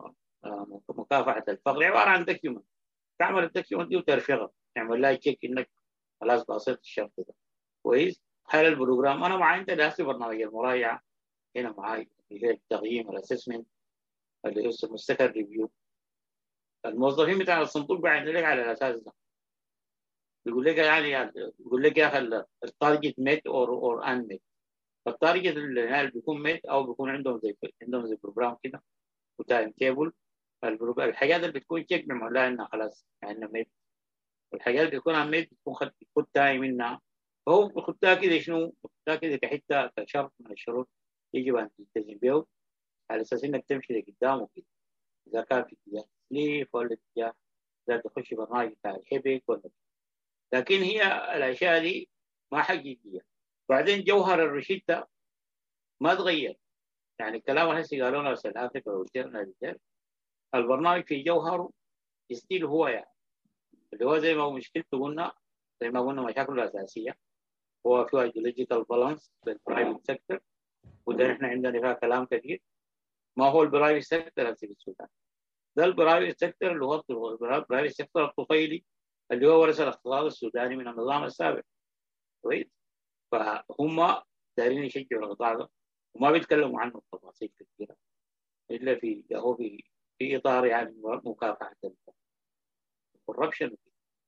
مكافحه الفقر، عباره عن دوكيومنت، تعمل الدوكيومنت دي وترفقها، تعمل لها تشيك انك خلاص قاصرت الشرط ده، كويس. هل البروجرام انا معاي انت ده في برنامج المراجعه هنا معاي اللي هي التقييم الاسسمنت اللي اسمه السكر ريفيو، الموظفين بتاع الصندوق بعين لك على الاساس ده، بيقول لك يعني بيقول لك يا اخي التارجت ميت اور اور ان ميت. فالتارجت اللي بيكون ميت او بيكون عندهم زي عندهم زي بروجرام كده وتايم تيبل. الحاجات اللي بتكون تشيك بنعمل لها انها خلاص يعني ميت، والحاجات اللي بتكون عن ميت بتكون خد بتكون تاي منها. فهو بيخدها كده شنو؟ بيخدها كده كحته كشرط من الشروط يجب ان تلتزم به على اساس انك تمشي لقدام وكده. اذا كان في اتجاه تسليف ولا اتجاه اذا تخش برنامج بتاع الحبك ولا، لكن هي الاشياء دي ما حقيقيه. بعدين جوهر الروشيتا ما تغير، يعني الكلام اللي هسه قالوا لنا ساوث افريقيا وقلنا البرنامج في جوهره ستيل هو يعني اللي هو زي ما هو مشكلته قلنا، زي ما قلنا مشاكله الاساسيه هو فيها ايديولوجيكال بالانس بالبرايفت سيكتور، وده احنا عندنا فيها كلام كثير. ما هو البرايفت سيكتور في السودان؟ ده البرايفت سيكتور اللي هو البرايفت سيكتور الطفيلي اللي هو ورث الاقتصاد السوداني من النظام السابق، كويس. فهم دايرين يشجعوا القطاع ده وما بيتكلموا عنه بتفاصيل كثيره الا في هو في في اطار يعني مكافحه الكوربشن.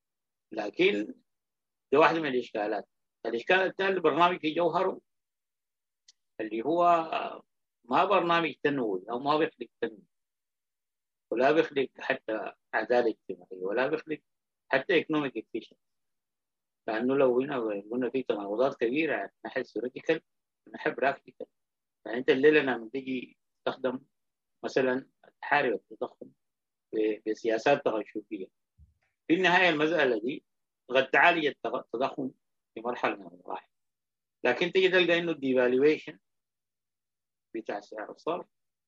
لكن ده واحده من الاشكالات. الاشكال الثاني البرنامج في جوهره اللي هو ما برنامج تنموي او ما بيخلق تنميه ولا بيخلق حتى عداله اجتماعيه ولا بيخلق حتى ايكونوميك افيشنسي، لانه لو هنا قلنا في تناقضات كبيره يعني ناحيه ثيوريتيكال وناحيه براكتيكال. يعني انت الليله لما تيجي تستخدم مثلا تحارب التضخم بسياسات تغششيه، في النهايه المساله دي قد تعالج التضخم في مرحله من المراحل، لكن تجي تلقى انه الديفالويشن بتاع سعر الصرف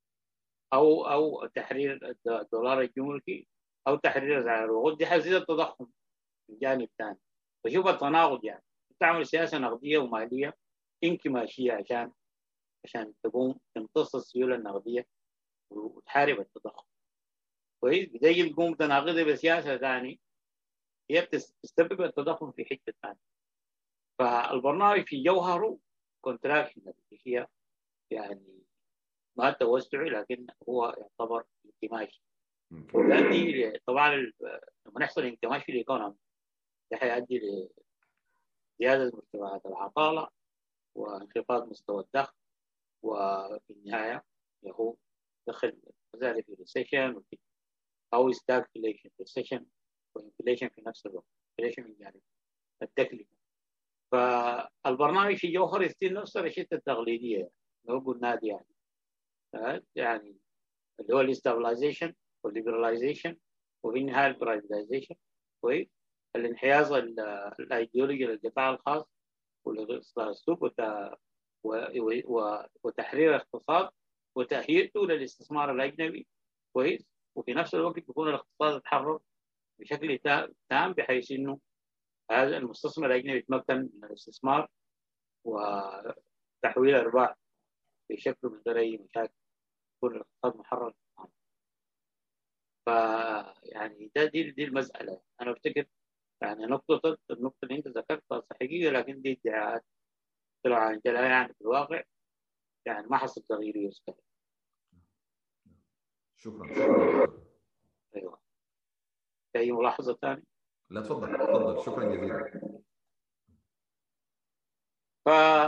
او او تحرير الدولار الجمركي او تحرير سعر الوقود دي حزيد التضخم في الجانب الثاني. فشوف التناقض، يعني تعمل سياسه نقديه وماليه انكماشيه عشان عشان تقوم تمتص السيوله النقديه وتحارب التضخم، كويس، بتجي تقوم تناقضها بسياسه ثانيه هي بتسبب التضخم في حته ثانيه. فالبرنامج في جوهره كونتراكشن، هي يعني ما توسعي لكن هو يعتبر انكماش، ويؤدي طبعا لما يحصل انكماش في الايكونومي ده حيؤدي لزياده مستويات العطاله وانخفاض مستوى الدخل، وفي النهايه هو دخل ذلك في ريسيشن او ستاجفليشن، ريسيشن وانفليشن في نفس الوقت، انفليشن من جانب التكلفه. فالبرنامج في جوهر يستيل نفس الشتة التقليديه لو قلنا دي يعني يعني اللي هو الاستابلايزيشن والليبراليزيشن وفي النهايه البرايفيتايزيشن، كويس، الانحياز الايديولوجي للقطاع الخاص والاصلاح السوق وتحرير الاقتصاد وتأهيله للاستثمار الاجنبي، كويس، وفي نفس الوقت يكون الاقتصاد يتحرر بشكل تام بحيث انه هذا المستثمر الاجنبي يتمكن من الاستثمار وتحويل ارباح بشكل من غير اي مشاكل، يكون الاقتصاد محرر. فيعني ده دي دي المساله. انا افتكر يعني نقطه النقطه اللي انت ذكرتها حقيقيه، لكن دي ادعاءات طلع عن جلها يعني في الواقع يعني ما حصل تغيير يذكر. شكرا شكرا. ايوه. اي ملاحظه ثانيه؟ لا تفضل تفضل، شكرا جزيلا. ف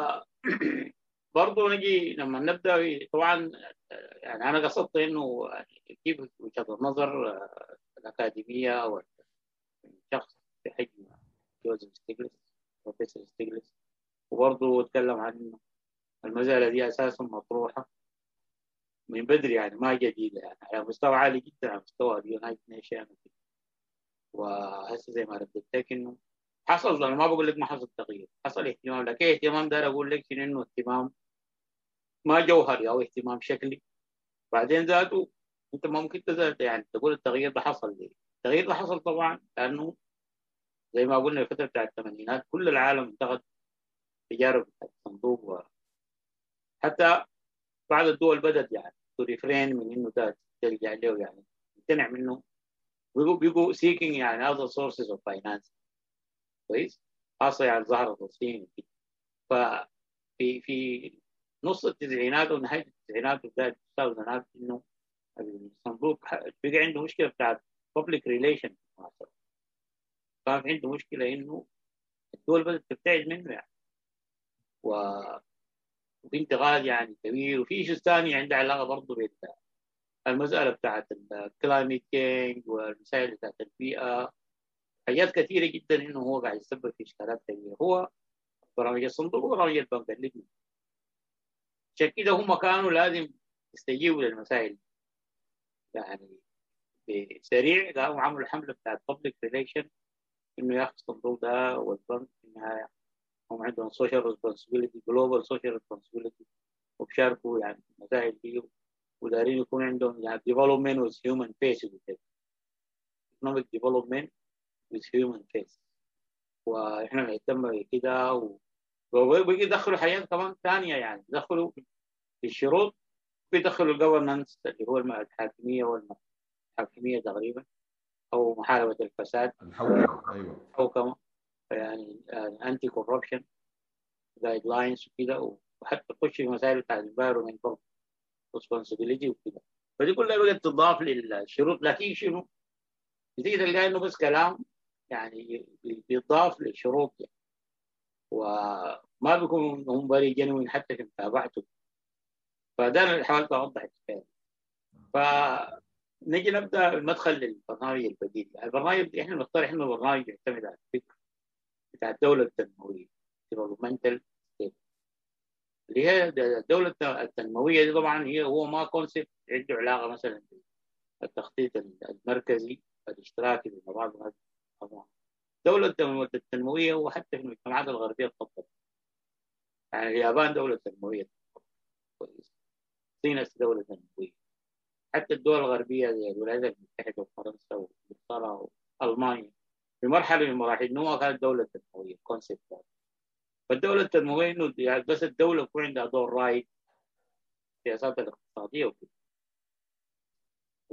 برضه نجي لما نبدا طبعا يعني انا قصدت انه كيف وجهه النظر الاكاديميه او الشخص في حجم جوزيف ستيغلتز بروفيسور ستيغلتز، وبرضه اتكلم عن انه المساله دي اساسا مطروحه من بدري يعني ما جديده، يعني على مستوى عالي جدا على مستوى اليونايتد نيشن. وهسه زي ما رديت انه حصل، انا ما بقول لك ما حصل تغيير، حصل اهتمام، لكن اهتمام ده اقول لك انه اهتمام ما جوهري او اهتمام شكلي. بعدين ذاته انت ممكن تزال يعني تقول التغيير ده حصل ليه؟ التغيير ده حصل طبعا لانه زي ما قلنا الفتره بتاعت الثمانينات كل العالم انتقد تجارب الصندوق، وحتى بعض الدول بدات يعني تريفرين من انه ده تلجا له، يعني تمتنع منه، بيقوا بيقوا سيكينج يعني other sources of finance، كويس، خاصه يعني ظهرت الصين. ففي في نص التسعينات ونهايه التسعينات وبدايه التسعينات انه الصندوق بقى عنده مشكله بتاعت public relation، كان عنده مشكله انه الدول بدات تبتعد منه يعني، و وفي انتقاد يعني كبير، وفي شيء ثاني عنده علاقه برضه بالمساله بتاعت الكلايميت تشينج والمسائل بتاعت البيئه، حاجات كثيره جدا انه هو قاعد يسبب في اشكالات كبيره. هو برامج الصندوق وبرامج البنك الاثنين، عشان كده هم كانوا لازم يستجيبوا للمسائل يعني بسريع، قاموا عملوا حمله بتاعت بابليك ريليشن انه ياخذ الصندوق ده والبنك في النهايه هم عندهم سوشيال ريسبونسبيلتي، جلوبال سوشيال ريسبونسبيلتي، وبشاركوا يعني في المسائل دي، ودارين يكون عندهم يعني ديفلوبمنت وذ هيومن فيس، ايكونوميك ديفلوبمنت وذ هيومن فيس، واحنا نهتم بكده. وبيجي يدخلوا حاجات كمان ثانيه، يعني يدخلوا في الشروط، بيدخلوا الجفرنانس اللي هو الحاكميه والحاكميه تقريبا، او محاربه الفساد، الحوكمه. ايوه حوكمه يعني انتي كوربشن جايد لاينز وكده، وحتى تخش في مسائل بتاع الانفايرمنتال ريسبونسبيلتي وكده. فدي كلها بقت تضاف للشروط، لكن شنو؟ بتيجي تلقى انه بس كلام يعني بيضاف للشروط يعني، وما بيكون هم بري جنوين حتى في متابعته. فده اللي حاولت اوضح الحكايه. فنجي نبدا المدخل للبرنامج البديل. يعني البرنامج احنا بنقترح انه برنامج يعتمد على الفكر بتاع الدوله التنمويه developmental state، اللي هي الدوله التنمويه دي طبعا هي هو ما كونسيبت عنده علاقه مثلا بالتخطيط المركزي الاشتراكي بين بعض النظام. الدوله التنمويه وحتى في المجتمعات الغربيه تفضل، يعني اليابان دوله تنمويه كويس، الصين دوله تنمويه، حتى الدول الغربيه زي الولايات المتحده وفرنسا وانجلترا والمانيا في مرحله من المراحل انه كانت دوله تنمويه كونسيبت. فالدوله التنمويه انه يعني بس الدوله يكون عندها دور رائد في السياسات الاقتصاديه وكده. و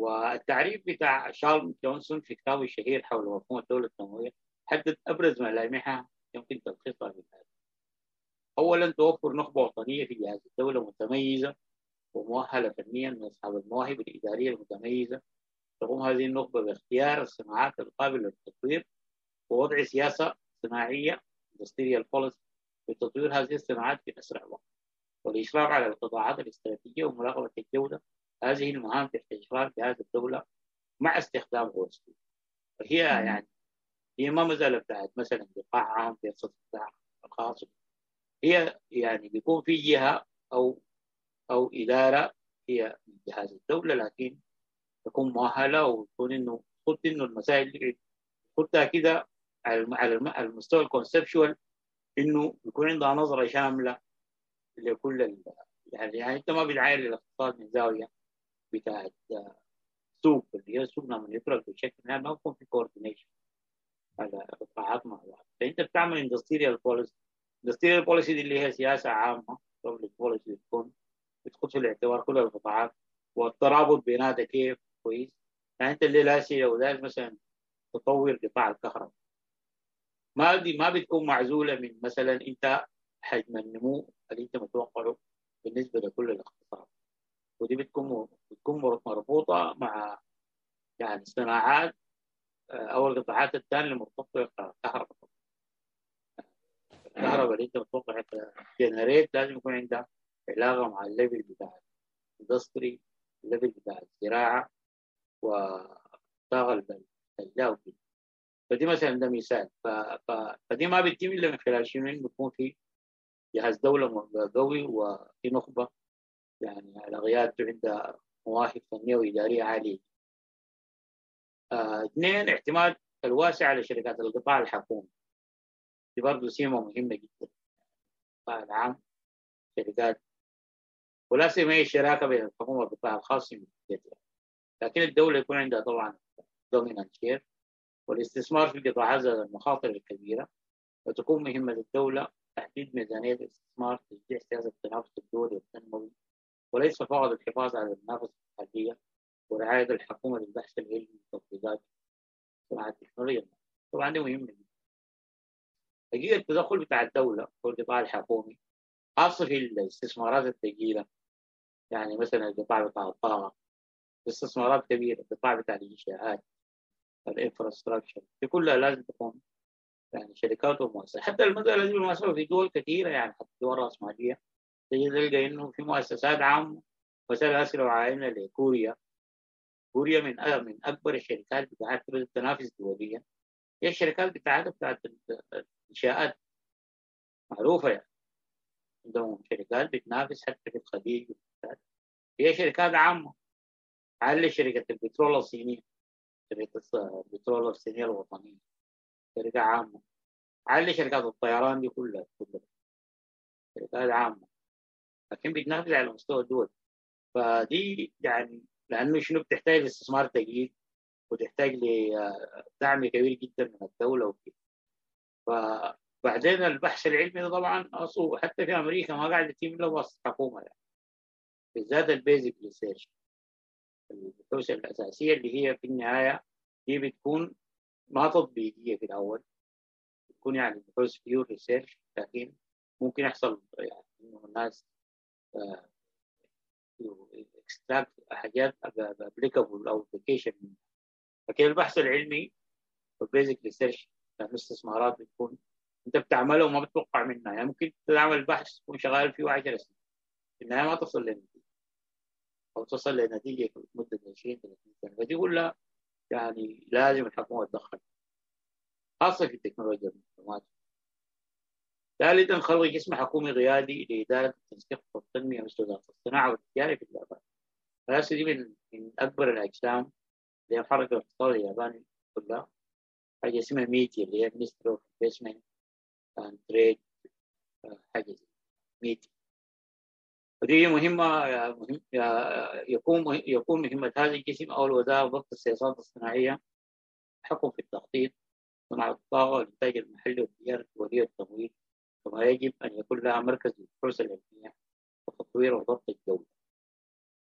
والتعريف بتاع شارل جونسون في كتابه الشهير حول مفهوم الدولة التنموية حدد أبرز ملامحها يمكن تلخيصها بهذا. أولا، توفر نخبة وطنية في جهاز الدولة متميزة ومؤهلة فنيا من أصحاب المواهب الإدارية المتميزة. تقوم هذه النخبة باختيار الصناعات القابلة للتطوير ووضع سياسة صناعية industrial policy لتطوير هذه الصناعات في أسرع وقت، والإشراف على القطاعات الاستراتيجية ومراقبة الجودة. هذه المهام تحت إشراف جهاز الدولة مع استخدام الوسيط. وهي يعني هي ما مسألة بتاعت مثلا قطاع عام في قطاع خاص، هي يعني بيكون في جهة أو أو إدارة هي من جهاز الدولة، لكن تكون مؤهلة وتكون إنه خد إنه المسائل اللي خدها كده على على المستوى الكونسبشوال، إنه يكون عندها نظرة شاملة لكل ال... يعني يعني أنت ما بتعاين الاقتصاد من زاوية بتاعت سوق اللي هي سوق لما يفرق بشكل ما ما يكون في كوردينيشن على قطاعات مع بعض. فأنت بتعمل اندستريال بوليسي. الاندستريال بوليسي دي اللي هي سياسة عامة، بابليك بوليسي تكون بتخش في الاعتبار كل القطاعات والترابط بيناتها كيف كويس. يعني انت اللي لاسي لو داير مثلا تطور قطاع الكهرباء، ما دي ما بتكون معزوله من مثلا انت حجم النمو اللي انت متوقعه بالنسبه لكل الاقتصاد، ودي بتكون بتكون مربوطه مع يعني الصناعات او القطاعات الثانيه المرتبطه بالكهرباء. الكهرباء اللي انت متوقع جنريت لازم يكون عندها علاقه مع الليفل بتاع الاندستري، الليفل بتاع الزراعه واشتغل بالله وكده. فدي مثلا ده مثال. ف... ف... فدي ما بتتم الا من خلال شنو؟ انه يكون في جهاز دوله قوي وفي نخبه يعني على قيادته عندها مواهب فنيه واداريه عاليه. آه، اثنين، اعتماد الواسع على شركات القطاع الحكومي. دي برضه سمه مهمه جدا. القطاع العام شركات، ولا سيما هي الشراكه بين الحكومه والقطاع الخاص، لكن الدوله يكون عندها طبعا دومينانت شير، والاستثمار في قطاعات ذات المخاطر الكبيرة. وتكون مهمة الدولة تحديد ميزانية الاستثمار، تشجيع سياسة التنافس الدولي والتنموي، وليس فقط الحفاظ على المنافسة المحلية ورعاية الحكومة للبحث العلمي والتطبيقات صناعة التكنولوجيا. طبعا دي مهمة جدا. حقيقة التدخل بتاع الدولة والقطاع الحكومي خاصة في الاستثمارات الثقيلة، يعني مثلا القطاع بتاع الطاقة، استثمارات كبيرة، القطاع بتاع الإنشاءات، الانفراستراكشر، دي كلها لازم تكون يعني شركات ومؤسسات. حتى المسألة دي بالمناسبة في دول كثيرة، يعني حتى دول رأسمالية تجد تلقى إنه في مؤسسات عامة. مثلا هسه لو عاينا لكوريا، كوريا من من أكبر الشركات بتاعت التنافس دوليا، هي الشركات بتاعتها بتاعت الإنشاءات معروفة. يعني عندهم شركات بتنافس حتى في الخليج، هي شركات عامة. على شركة البترول الصينية، شركة البترول الصينية الوطنية شركة عامة. على شركات الطيران دي كلها كلها شركات عامة، لكن بتنافس على مستوى الدول. فدي يعني لأنه شنو بتحتاج استثمار ثقيل وتحتاج لدعم كبير جدا من الدولة وكده. فبعدين البحث العلمي ده طبعا أصله حتى في أمريكا ما قاعد يتم له وسط حكومة، يعني بالذات البيزك ريسيرش، البحوث الأساسية اللي هي في النهاية دي بتكون ما تطبيقية في الأول، بتكون يعني بحوث بيور ريسيرش، لكن ممكن يحصل يعني إنه الناس اكستراكت حاجات ابليكابل او ابلكيشن. لكن البحث العلمي والبيزك ريسيرش الاستثمارات بتكون انت بتعمله وما بتتوقع منها. يعني ممكن تعمل بحث تكون شغال فيه عشر سنين في النهايه ما تصل لنتيجه، او تصل لنتيجه في مده عشرين ثلاثين سنه. فدي كلها يعني لازم الحكومه تدخل، خاصه في التكنولوجيا والمعلومات. ثالثا، خلق جسم حكومي قيادي لاداره التنسيق والتنميه ووزاره الصناعه والتجاره في اليابان. هذه دي من من اكبر الاجسام اللي هي حركه الاقتصاد الياباني كلها، حاجه اسمها ميتي اللي هي مينستري اوف انفستمنت اند تريد، حاجه زي ميتي. ودي مهمه مهم يكون يكون مهمه هذا الجسم او الوزاره ضبط السياسات الصناعيه، الحكم في التخطيط، صناعه الطاقه والانتاج المحلي والتجاره الدوليه والتمويل. كما يجب ان يكون لها مركز للبحوث العلميه وتطوير وضبط الجوده.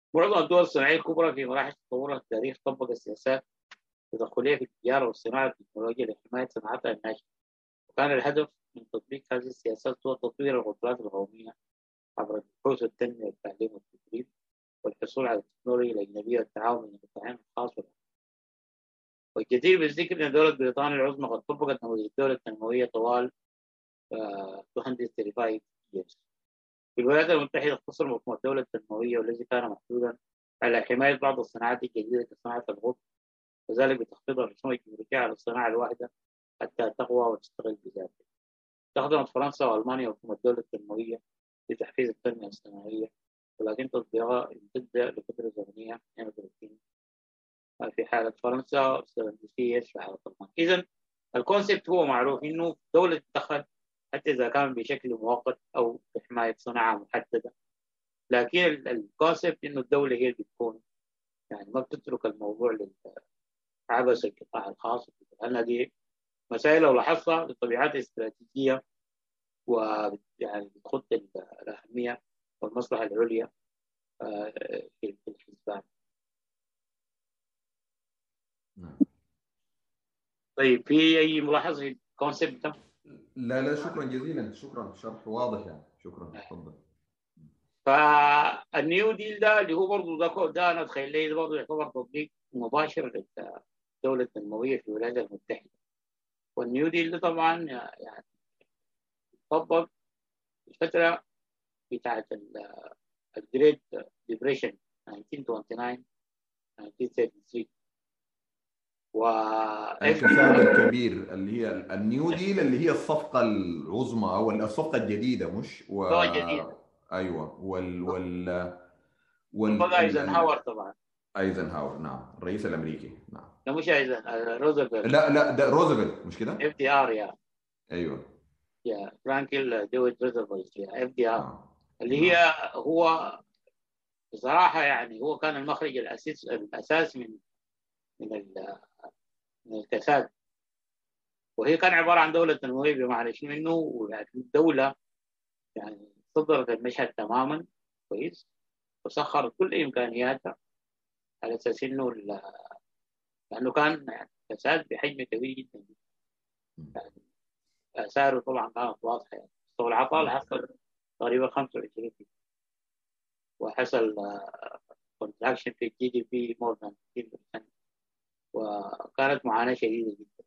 معظم الدول الصناعية الكبرى في مراحل تطورها التاريخ طبق السياسات التدخلية في التجارة والصناعة والتكنولوجيا لحماية صناعاتها الناشئة، وكان الهدف من تطبيق هذه السياسات هو تطوير القدرات القومية عبر البحوث والتنمية والتعليم والتدريب والحصول على التكنولوجيا الأجنبية والتعاون بين القطاعين الخاص والعام. والجدير بالذكر أن دولة بريطانيا العظمى قد طبقت نموذج الدولة التنموية طوال مئتين وخمسة وخمسين years. في الولايات المتحدة اختصر مفهوم الدولة التنموية والذي كان محدودا على حماية بعض الصناعات الجديدة كصناعة الغطس، وذلك بتخفيض الرسوم الجمركية على الصناعة الواحدة حتى تقوى وتستغل بذاتها. استخدمت فرنسا وألمانيا مفهوم الدولة التنموية لتحفيز التنمية الصناعية، ولكن تطبيقها يمتد لفترة زمنية اثنين وثلاثين في حالة فرنسا وستين في حالة ألمانيا. إذن الكونسيبت هو معروف إنه دولة تدخل حتى إذا كان بشكل مؤقت أو بحماية صناعة محددة، لكن الكونسيبت إنه الدولة هي اللي بتكون يعني ما بتترك الموضوع لعبث القطاع الخاص، لأن دي مسائل لو لاحظتها بطبيعتها استراتيجية ويعني بتخط الأهمية والمصلحة العليا في الحسبان. طيب في أي ملاحظة في الكونسيبت ده؟ لا لا شكرا جزيلا، شكرا، شرح واضح يعني، شكرا. تفضل. فالنيو ديل ده اللي هو برضه ده ده انا اتخيل لي برضه يعتبر تطبيق مباشر للدوله التنمويه في الولايات المتحده. والنيو ديل ده طبعا يعني طبق الفتره بتاعت الجريت ديبريشن ألف وتسعمية وتسعة وعشرين ألف وتسعمية وثلاثة وثلاثين و الكساد الكبير اللي هي النيو ديل اللي هي الصفقه العظمى او الصفقه الجديده مش و... جديده. ايوه وال وال وال بقى ايزنهاور طبعا. ايزنهاور نعم، الرئيس الامريكي نعم. لا مش ايزن، روزفلت. لا لا ده روزفلت مش كده؟ اف دي ار يا ايوه يا فرانكل ديويد روزفلت يا اف دي ار نعم. اللي نعم. هي هو بصراحه يعني هو كان المخرج الاساس الاساس من من من الكساد، وهي كان عباره عن دوله تنمويه بمعنى شنو انه يعني الدوله يعني صدرت المشهد تماما كويس وسخرت كل امكانياتها على اساس انه لانه كان يعني كساد بحجم كبير جدا يعني اثاره طبعا كانت واضحه يعني. مستوى العطاء حصل تقريبا خمسة وعشرين بالمئة وحصل كونتراكشن في الجي دي بي مور ذان ستين بالمئة وكانت معاناه شديده جدا.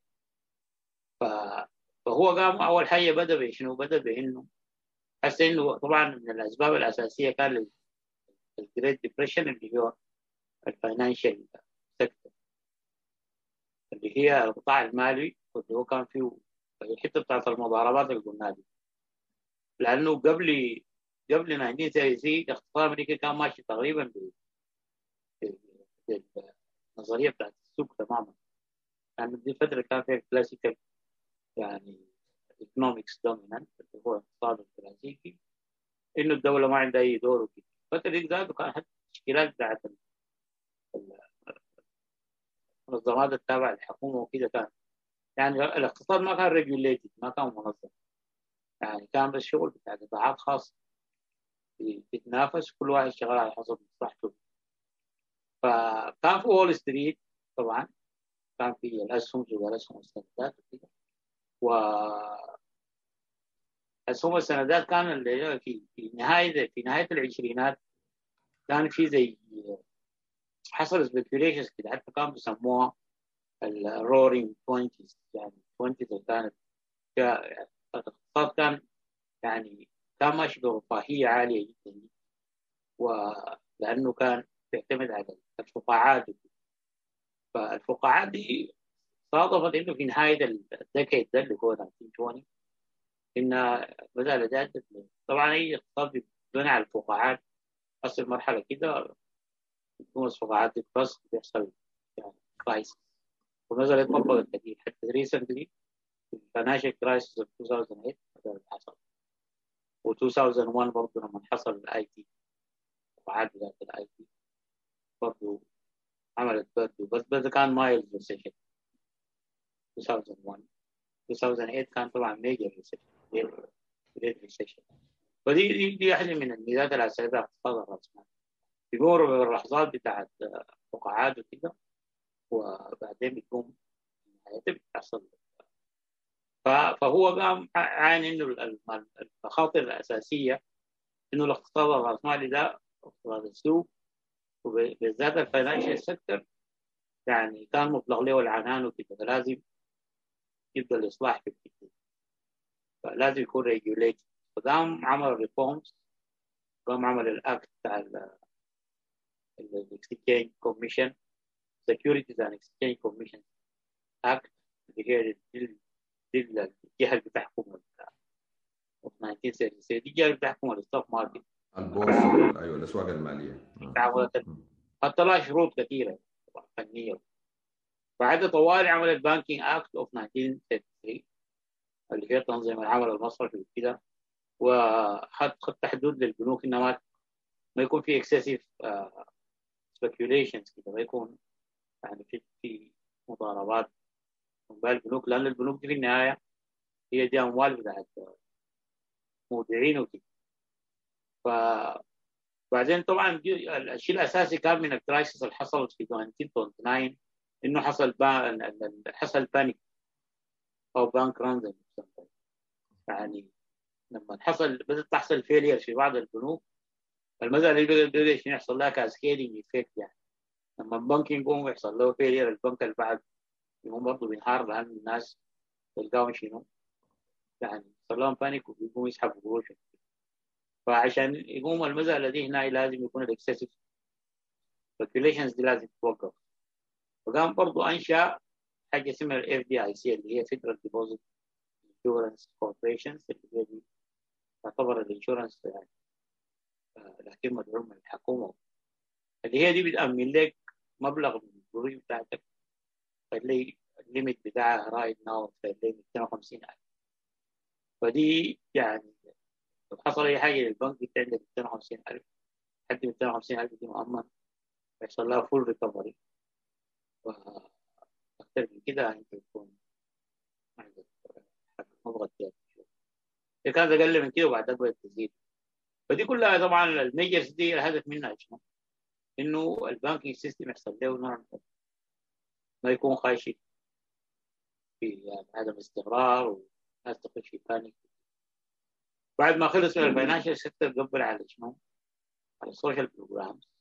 فهو قام اول حاجه بدا بشنو؟ بدا بانه حس انه طبعا من الاسباب الاساسيه كان الجريت ديبريشن اللي هو الفاينانشال سيكتور اللي هي القطاع المالي، واللي هو كان فيه الحته بتاعت المضاربات اللي قلنا دي، لانه قبل قبل ألف وتسعمية وثلاثين الاقتصاد الامريكي كان ماشي تقريبا بالنظريه بتاعت السوق تماما، لانه يعني دي فتره كان فيها كلاسيكال يعني ايكونومكس دومينانت اللي هو الاقتصاد الكلاسيكي، انه الدوله ما عندها اي دور وكده. الفتره دي ذاته كان حتى التشكيلات بتاعت المنظمات التابعه للحكومه وكده كان يعني الاقتصاد ما كان ريجوليتد، ما كان منظم، يعني كان بس شغل بتاع قطاعات خاصه بتتنافس كل واحد شغال على حسب مصلحته. فكان في وول ستريت طبعا كان في الاسهم زي الاسهم والسندات وكده، و اسهم السندات كان اللي في في نهايه في نهايه العشرينات كان في زي حصل سبيكيوليشنز كده، حتى كانوا بيسموها الرورينج عشرين يعني عشرين كانت الاقتصاد كان يعني كان ماشي برفاهيه عاليه جدا، ولانه كان بيعتمد على الفقاعات. فالفقاعات دي صادفت انه في نهايه الديكيد ده اللي هو ألفين وعشرين انها بدأ جادة. طبعا اي اقتصاد بيبني على الفقاعات، اصل مرحله كده تكون الفقاعات دي بس بيحصل يعني كرايسيس، ونزل يطبق الكثير حتى ريسنتلي في الفاينانشال كرايسيس ألفين وثمانية هذا اللي حصل، و ألفين وواحد برضه لما حصل الاي تي وعاد ذات الاي تي برضه عملت برضه بس بس كان مايلد ريسيشن ألفين وواحد. ألفين وثمانية كان طبعا ميجر ريسيشن ريسيشن. فدي دي, دي احد من الميزات الاساسيه في اقتصاد الراسمالي بيمر باللحظات بتاعت فقاعات وكده، وبعدين بيقوم بتحصل. فهو قام عين انه المخاطر الاساسيه انه الاقتصاد الراسمالي ده اقتصاد السوق، وبالذات الفاينانشال سيكتور يعني كان مطلق له العنان وكده، فلازم يبدا الاصلاح في الكتير، فلازم يكون ريجوليتد. فقام عمل ريفورمز، قام عمل الاكت بتاع الاكسشينج كوميشن، سكيورتيز اند اكسشينج كوميشن اكت، اللي هي دي الجهه اللي بتحكم ألف وتسعمية وثلاثة وستين، دي الجهه اللي بتحكم الستوك ماركت، البورصه وال- ايوه الاسواق الماليه. تعاملات. حط لها شروط كثيره فنيه. بعد طوال عمل البانكينج اكت اوف ألف وتسعمية وثلاثة وستين اللي هي تنظيم العمل المصرفي وكده، وحط خط حدود للبنوك انها ما ما يكون في اكسسيف سبيكيوليشنز كده، ما يكون يعني في في مضاربات من البنوك، لان البنوك دي في النهايه هي دي اموال بتاعت مودعين وكده. فبعدين طبعا الشيء الاساسي كان من الكرايسيس اللي حصلت في ألف وتسعمية وتسعة وعشرين انه حصل با... حصل بانيك او بانك ران، يعني لما حصل بدات تحصل فيلير في بعض البنوك، المساله اللي بدا يحصل لها كاسكيدنج افكت، يعني لما البنك يقوم يحصل له فيلير، البنك اللي بعد يقوم برضه بينهار، لان الناس تلقاهم شنو يعني يحصل لهم بانيك وبيقوموا يسحبوا قروشهم. فعشان يقوم المساله دي هنا لازم يكون الاكسسيف سبيكيوليشنز دي لازم تتوقف. وقام برضه انشا حاجه اسمها الاف دي اي سي اللي هي فيدرال ديبوزيت انشورنس كوربريشنز، اللي هي دي تعتبر الانشورنس يعني لكن مدعوم من الحكومه، اللي هي دي بتأمن لك مبلغ من القروش بتاعتك، اللي الليميت بتاعها رايت ناو اللي مئتين وخمسين ألف. فدي يعني لو حصل اي حاجه للبنك انت عندك مئتين وخمسين ألف، حد مئتين وخمسين ألف دي مؤمن، يحصل لها فول ريكفري، واكثر من كده انت تكون عندك مبلغ زياده. اذا كانت اقل من كده وبعد ذلك تزيد. فدي كلها طبعا الميجرز دي الهدف منها شنو؟ انه البانكينج سيستم يحصل له نوع ما يكون خايش في يعني عدم استقرار، والناس تخش في بانيك. بعد ما خلص من الفاينانشال سيكتور قبل على شنو؟ على السوشيال بروجرامز،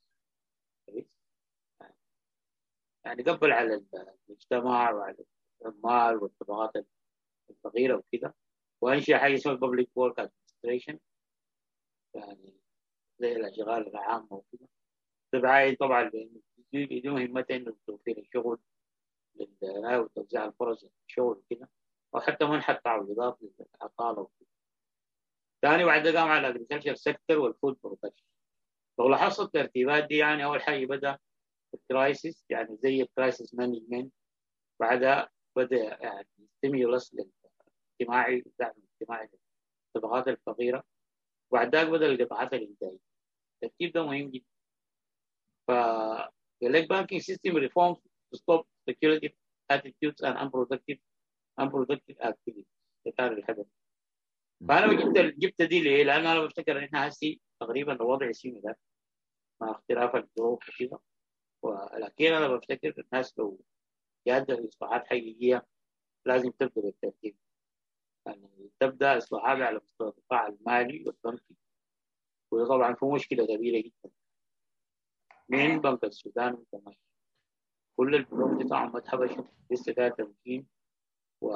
يعني قبل على المجتمع وعلى العمال والطبقات الفقيره وكده، وانشا حاجه اسمها بابليك ورك ادمنستريشن، يعني زي الاشغال العامه وكده. تبعين طبعا دي مهمته انه توفير الشغل للناس وتوزيع الفرص الشغل وكده، وحتى منح التعويضات للعطاله وكده. ثاني بعد قام على الاجريكلتشر سيكتور والفود برودكشن. لو لاحظت الترتيبات دي، يعني اول حاجه بدا الكرايسيس، يعني زي الكرايسيس مانجمنت، بعدها بدا يعني ستيميولس للاجتماعي، الدعم الاجتماعي للطبقات الفقيره، وبعد ذلك بدا القطاعات الانتاجيه. الترتيب ده مهم جدا. ف the banking system reforms to stop speculative attitudes and unproductive unproductive activities. ده كان الهدف. فانا جبت جبت دي ليه؟ لان انا بفتكر ان احنا هسي تقريبا الوضع سيميلر مع اختلاف الظروف وكده، ولكن انا بفتكر الناس لو جادة اصلاحات حقيقيه لازم تبدا بالترتيب، يعني تبدا اصلاحات على مستوى القطاع المالي والبنكي، وده طبعا في مشكله كبيره جدا من بنك السودان وكمان كل البنوك دي طبعا ما اتحبشوا، لسه فيها تمكين. و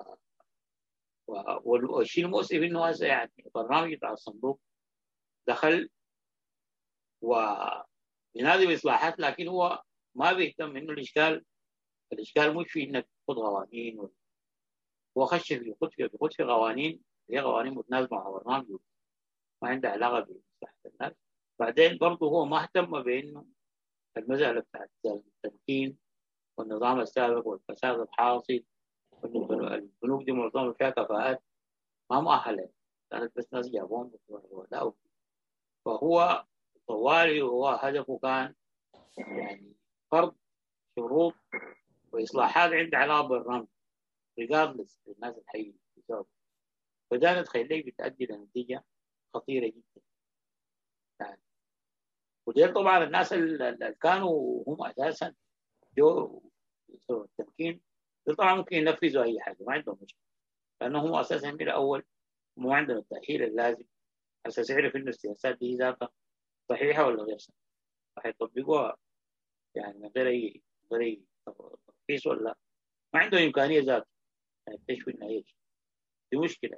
والشيء المؤسف انه هسه يعني برنامج بتاع الصندوق دخل وينادي باصلاحات، لكن هو ما بيهتم انه الاشكال الاشكال مش في انك تخط قوانين، هو خش في خط في خط في قوانين هي قوانين متناسبه مع برنامج ما عندها علاقه بمصلحه الناس. بعدين برضه هو ما اهتم بانه المساله بتاعت التمكين والنظام السابق والفساد الحاصل، البنوك دي معظمها فيها كفاءات ما مؤهله، كانت بس ناس جابوهم لا. فهو طوالي هو هدفه كان يعني فرض شروط واصلاحات عندها علاقه بالرمز ريجاردلس الناس الحي بسبب، فده تخليك بتؤدي لنتيجه خطيره جدا. يعني وديل طبعا الناس اللي كانوا هم اساسا جو التمكين، طبعا ممكن ينفذوا اي حاجه ما عندهم مشكله، لانه هم اساسا من الاول مو عندهم التاهيل اللازم اساس يعرف انه السياسات دي ذاتها صحيحه ولا غير صحيحه، فحيطبقوها يعني من غير اي من غير اي ترخيص، ولا ما عندهم امكانيه ذاته يعني يكتشفوا انها هيك. دي مشكله.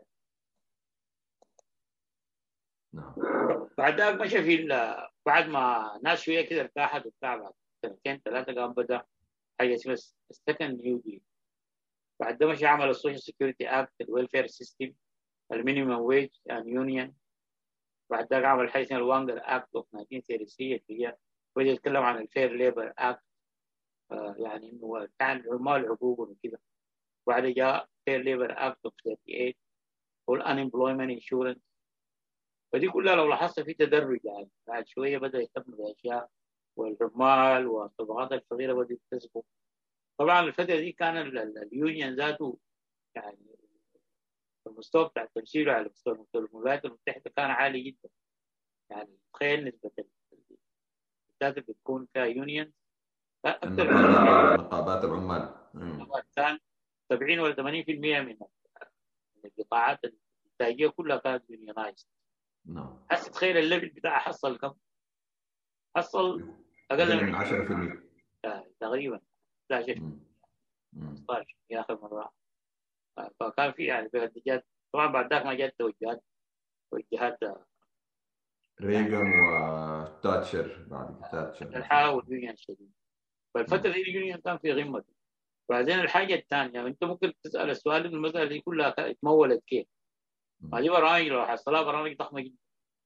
نعم. بعد ذلك مشى في بعد ما ناس شويه كده ارتاحت وبتاع، بعد سنتين ثلاثه قام بدا حاجه اسمها السكند نيو ديل. بعد ده مشى عمل السوشيال سيكيورتي اكت، الويلفير سيستم، المينيمم ويج اند يونيون. بعد ذلك عمل حاجه اسمها الوانجر اكت اوف ألف وتسعمية وثلاثين اللي هي وجه يتكلم عن الفير ليبر اكت، آه يعني انه كان العمال حقوقهم وكده. بعد جاء فير ليبر اكت اوف ثمانية وثلاثين والانمبلويمنت انشورنس. فدي كلها لو لاحظت في تدرج يعني، بعد شويه بدا يهتم باشياء، والعمال والطبقات الفقيره بدات تسبق. طبعا الفتره دي كان اليونيون ذاته يعني المستوى بتاع تمثيله على مستوى الولايات المتحده كان عالي جدا. يعني تخيل نسبه الذات اللي بتكون فيها يونيون اكثر النقابات نقابات العمال كان سبعين ولا ثمانين بالمئة من القطاعات الانتاجيه كلها كانت يونيونايزد. نعم. هسه تخيل الليفل بتاعها حصل كم؟ حصل اقل من عشرة بالمئة تقريبا لا شيء خمسة عشر يا اخر مره. فكان في يعني اتجاهات. طبعا بعد ذاك ما جت توجهات توجهات ريغان وتاتشر بعد تاتشر الحاله واليونيون الشديد. فالفتره دي اليونيون كان في قمته. بعدين الحاجه الثانيه انت ممكن تسال السؤال انه المساله دي كلها اتمولت كيف؟ هذه برامج لو حصلها برامج ضخمه جدا.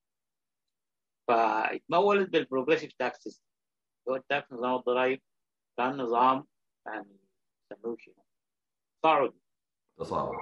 فاتمولت بالبروجريسيف تاكسس، هو التاكس نظام الضرائب كان نظام يعني يسموه شنو؟ تصاعدي. تصاعد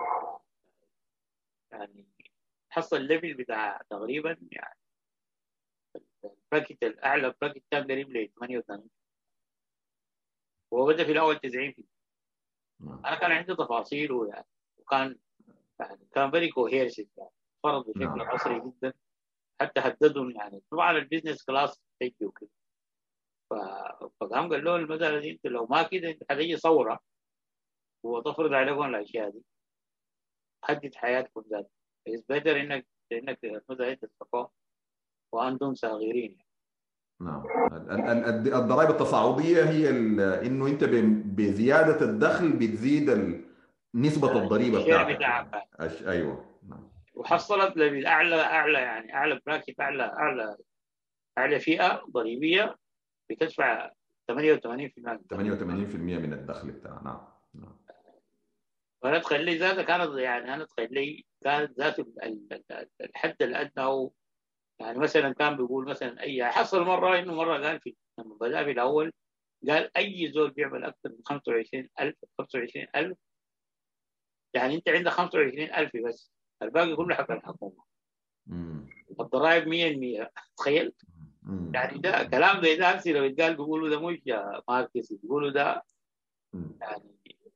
يعني حصل الليفل بتاع تقريبا يعني البراكت الاعلى براكت كان قريب ل ثمانية وثمانين، وهو بدا في الاول تسعين بالمئة. انا كان عندي تفاصيل ويعني وكان يعني كان فيري كوهيرسيف يعني فرض بشكل عصري جدا، حتى هددهم يعني طبعا البيزنس كلاس تجي وكده. فقام قال له المساله دي انت لو ما كده انت هتيجي ثوره وتفرض عليكم الاشياء دي، هدد حياتكم ذات. it's better انك انك مثلا تتقوا وانتم صغيرين يعني. نعم. الضرائب التصاعديه هي انه انت بزياده الدخل بتزيد نسبه الضريبه بتاعتك. بتاعك أش... ايوه. نعم. وحصلت للاعلى اعلى يعني اعلى براكت اعلى اعلى اعلى فئه ضريبيه بتدفع ثمانية وثمانين بالمئة ثمانية وثمانين بالمئة من الدخل بتاعها. نعم. نعم. وانا تخلي ذاتها كانت يعني انا تخلي كانت ذات الحد الادنى، او يعني مثلا كان بيقول مثلا اي حصل مره انه مره قال في لما بدا في الاول قال اي زول بيعمل اكثر من خمسة وعشرين ألف خمسة وعشرين ألف يعني انت عندك خمسة وعشرين ألف بس، الباقي كله حق الحكومه. الضرائب مية بالمية. تخيل. مم. يعني ده كلام زي ده لو يتقال بيقولوا ده مش ماركسي، بيقولوا ده يعني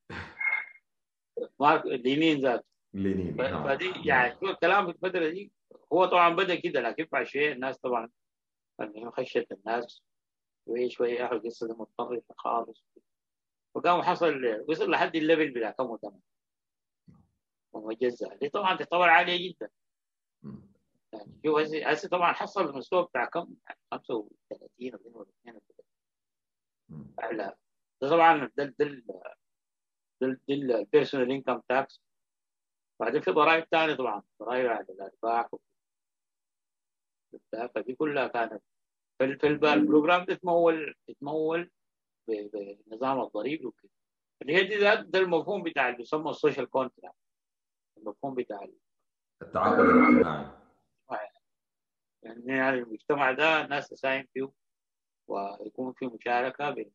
مارك لينين ذاته. لينين. فدي يعني شو الكلام في الفتره دي. هو طبعا بدا كده، لكن بعد شويه الناس طبعا انه خشت الناس شويه شويه يا اخي القصه دي متطرفه خالص، وقام حصل وصل لحد الليفل بتاع كم وثمن ومجزء دي طبعا تعتبر عاليه جدا. يعني شوف هسه طبعا حصل المستوى بتاع كم يعني خمسة وثلاثين او اثنين وثلاثين اعلى. ده طبعا ده ده ده البيرسونال انكم تاكس. بعدين في ضرائب ثانيه طبعا ضرائب على الارباح، فدي كلها كانت في البروجرام تتمول تتمول بنظام الضريبي وكده. اللي هي دي ده المفهوم بتاع اللي بيسمى السوشيال كونتراكت، المفهوم بتاع التعاقد الاجتماعي. يعني المجتمع ده الناس تساهم فيه ويكون في مشاركه بين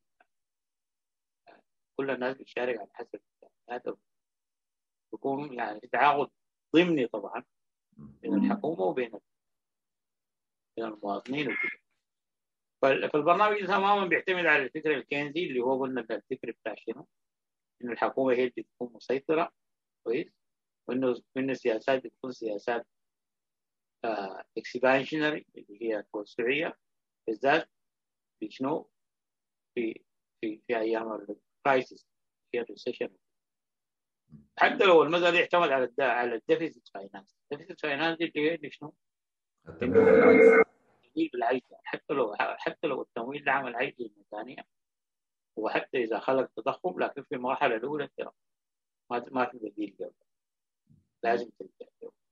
كل الناس بتشارك على حسب امكانياتها، يكون يعني في تعاقد ضمني طبعا بين الحكومه وبين بين المواطنين وكده. فالبرنامج تماما بيعتمد على الفكر الكينزي اللي هو قلنا الفكر بتاع شنو؟ انه الحكومه هي اللي تكون مسيطره كويس، وانه من السياسات بتكون سياسات اكسبانشنري اللي هي توسعيه، بالذات في شنو في في في ايام الكرايسيس في الريسيشن. حتى لو المدى يعتمد على الد... على الديفيسيت فاينانس. الديفيسيت فاينانس دي اللي هي شنو؟ التمويل بالعكس. التمويل بالعجز، حتى لو حتى لو التمويل ده عمل عجز للميزانيه، وحتى اذا خلق تضخم، لكن في المرحله الاولى ما ما في بديل جوده، لازم تلجا.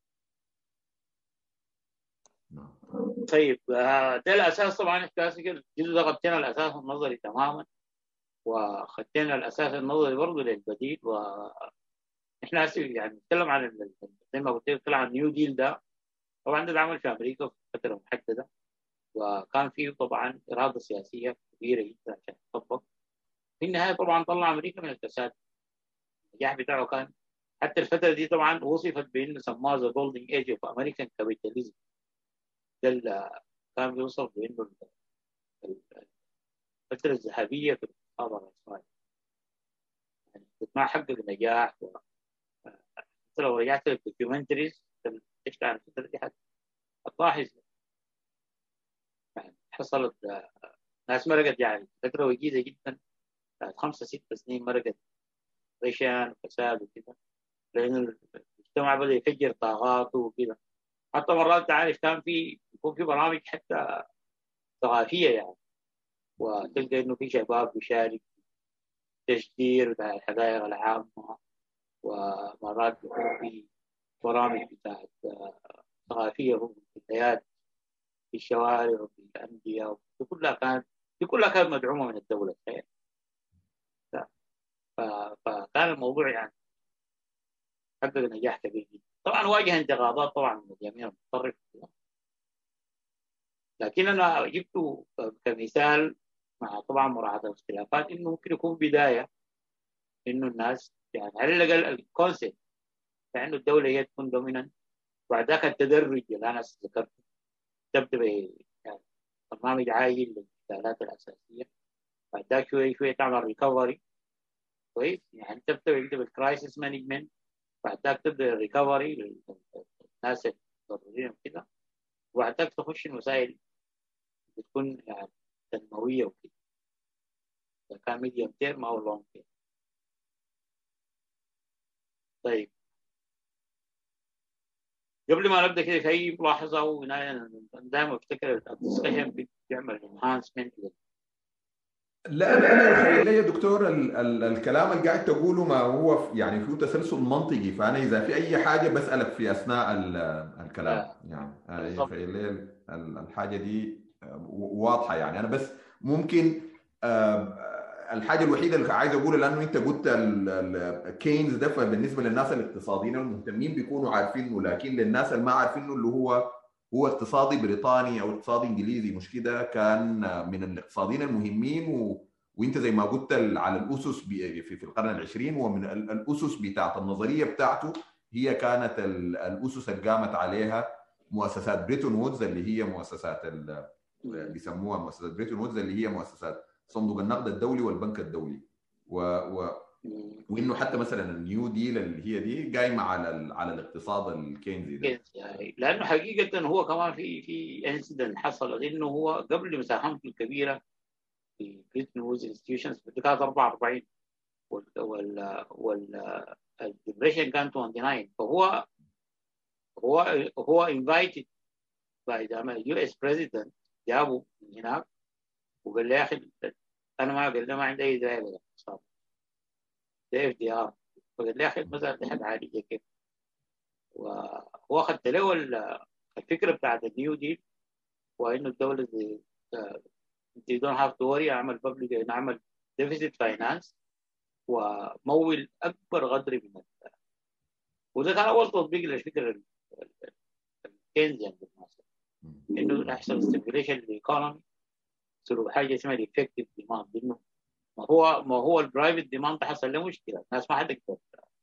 طيب ده الاساس طبعا الكلاسيكال. جزء ده غطينا الاساس النظري تماما، وخدينا الاساس النظري برضه للبديل. واحنا هسه يعني نتكلم عن زي ما قلت لك نتكلم عن النيو ديل ده. طبعا ده اتعمل في امريكا في فتره محدده، وكان فيه طبعا اراده سياسيه كبيره جدا عشان تطبق. في النهايه طبعا طلع امريكا من الكساد. النجاح بتاعه كان حتى الفتره دي طبعا وصفت بانه سماها ذا جولدن ايج اوف امريكان كابيتاليزم. ده كان بيوصف بانه الفتره الذهبيه في الاقتصاد الاسباني. يعني ما حقق نجاح. و... حتى لو رجعت للدوكيومنتريز تشتغل عن الفتره دي هتلاحظ يعني حصلت ناس مرقت يعني فتره وجيزه جدا، بعد خمسه سته سنين مرقت غشان وفساد وكذا، لأن المجتمع بدأ يفجر طاقاته وكذا. حتى مرات تعرف كان في يكون في برامج حتى ثقافية يعني، وتلقى إنه في شباب بيشارك تشجير بتاع الحدائق العامة، ومرات يكون في برامج بتاعت ثقافية في المنتديات في الشوارع وفي الأندية، دي كلها كانت دي كلها كانت مدعومة من الدولة. فكان الموضوع يعني حقق نجاح كبير جدا. طبعا واجه انتقادات طبعا من الجميع المتطرف، لكن انا جبته كمثال مع طبعا مراعاه الاختلافات انه ممكن يكون بدايه انه الناس يعني على الاقل الكونسيبت فانه الدوله هي تكون دوميننت، وبعد ذاك التدرج اللي انا ذكرته تبدا يعني برنامج عاجل للمجالات الاساسيه، بعد ذاك شوي شوي تعمل ريكفري كويس، يعني تبدا بالكرايسيس مانجمنت، بعد ذاك تبدا الريكفري للناس الضروريين كده، وبعد ذاك تخش المسائل بتكون يعني تنمويه وكده، اذا كان ميديوم تيرم او لونج تيرم. طيب قبل ما نبدا كده في اي ملاحظه، وانا دائما افتكر الدسكشن بيعمل انهانسمنت. لا انا انا يخيل لي يا دكتور ال ال الكلام اللي قاعد تقوله ما هو يعني فيه تسلسل منطقي، فانا اذا في اي حاجه بسالك في اثناء ال الكلام آه يعني آه، بالضبط. يخيل لي ال- الحاجه دي آه، واضحه يعني. انا بس ممكن آه، الحاجه الوحيده اللي عايز اقولها، لانه انت قلت الكينز ده، فبالنسبه للناس الاقتصاديين المهتمين بيكونوا عارفينه، لكن للناس اللي ما عارفينه اللي هو هو اقتصادي بريطاني او اقتصادي انجليزي مش كده، كان من الاقتصاديين المهمين. و وانت زي ما قلت على الاسس في في القرن العشرين، ومن الاسس بتاعت النظريه بتاعته هي كانت الاسس اللي قامت عليها مؤسسات بريتون وودز، اللي هي مؤسسات بيسموها مؤسسات بريتون وودز، اللي هي مؤسسات صندوق النقد الدولي والبنك الدولي. و, و وانه حتى مثلا النيو ديل اللي هي دي قايمه على على الاقتصاد الكينزي ده. يعني لانه حقيقه هو كمان في في انسيدنت حصل، انه هو قبل مساهمته الكبيره في بريتون وودز انستتيوشنز كانت اربعه واربعين، وال وال وال الديبريشن كان تسعة وتسعين، فهو هو هو انفايتد باي ذا يو اس بريزيدنت، جابه من هناك وقال له يا اخي انا ما قال له ما عندي اي داعي للاقتصاد ده اف دي ار، فقال له يا اخي المساله دي حاجه عاديه كيف. وهو اخذت له الفكره بتاعت النيو ديل، وانه الدوله دي انت دون هاف تو وري، اعمل بابليك نعمل ديفيسيت فاينانس ومول اكبر قدر من ال... وده كان اول تطبيق للفكره الكينزيان بالمناسبه، انه يحصل ستيميوليشن للايكونومي ثرو حاجه اسمها الافكتيف ديماند، انه ما هو ما هو البرايفت ديماند حصل له مشكله، الناس ما حتقدر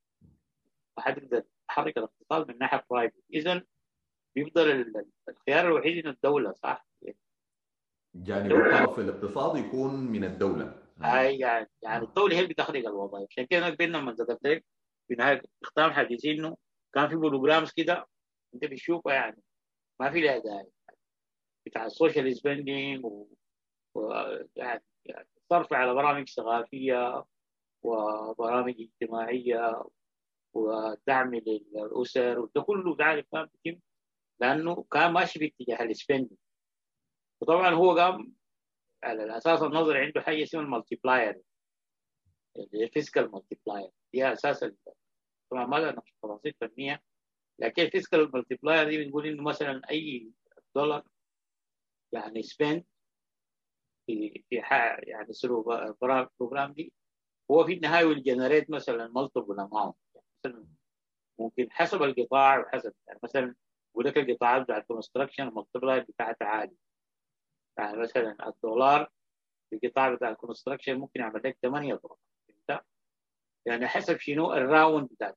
ما حتقدر تحرك الاقتصاد من ناحيه برايفت، اذا بيفضل الخيار الوحيد انه الدوله صح جانب الطرف الاقتصادي يكون من الدوله. هاي يعني يعني الدوله هي اللي بتخلق الوظائف. عشان كده بيننا لما ذكرت لك في نهايه اختام حديثي انه كان في بروجرامز كده انت بتشوفها يعني ما في لها داعي، بتاع السوشيال سبيندينج ويعني صرف على برامج ثقافيه وبرامج اجتماعيه ودعم للاسر، وده كله ده كان بيتم لانه كان ماشي في اتجاه السبندنج. وطبعا هو قام على الاساس النظري عنده حاجه اسمها المالتيبلاير، اللي هي الفيسكال مالتيبلاير، هي اساس طبعا ما لها تفاصيل فنيه، لكن الفيسكال مالتيبلاير دي بتقول انه مثلا اي دولار يعني سبند في في يعني سلو بروجرام دي، هو في النهايه ويل جنريت مثلا مالتيبل اماونت، يعني مثلا ممكن حسب القطاع وحسب، يعني مثلا يقول لك القطاعات بتاع الكونستراكشن المالتيبلاير بتاعتها عالي، يعني مثلا الدولار في القطاع بتاع الكونستراكشن ممكن يعمل لك ثمانية دولار، يعني حسب شنو الراوند بتاعت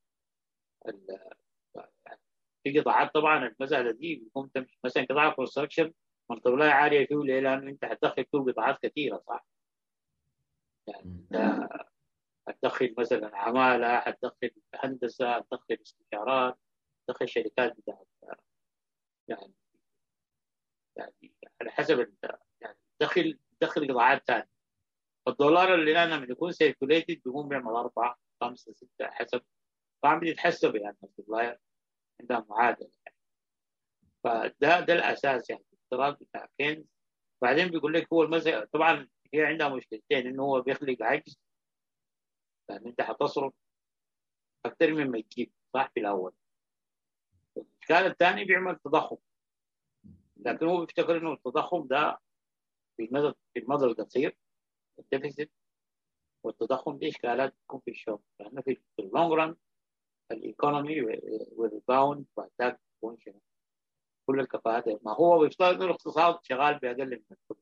في قطاعات. طبعا المساله دي بيكون تمشي مثلا قطاع الكونستراكشن منطقه عاليه فيه، ليه؟ لانه انت هتدخل فيه قطاعات كثيره، صح؟ يعني انت هتدخل مثلا عماله، هتدخل هندسه، هتدخل استشارات، هتدخل شركات بتاعت يعني يعني على حسب انت يعني تدخل تدخل قطاعات ثانيه. فالدولار اللي انا من يكون سيركوليتد بيكون بيعمل اربعه خمسه سته حسب، طبعا بتتحسب يعني الدولار عندها معادله يعني. فده ده الاساس يعني الافتراض بتاع كينز. بعدين بيقول لك هو المسألة طبعا هي عندها مشكلتين، انه هو بيخلق عجز، لان انت حتصرف اكثر مما تجيب، صح؟ في الاول. الاشكال الثاني بيعمل تضخم، لكن هو بيفتكر انه التضخم ده في المدى في المدى القصير الديفيسيت، والتضخم دي اشكالات تكون في الشغل، لانه في اللونج ران الايكونومي والريباوند بعد ذاك تكون شنو؟ كل الكفاءات، ما هو بيفترض انه الاقتصاد شغال باقل من الكل.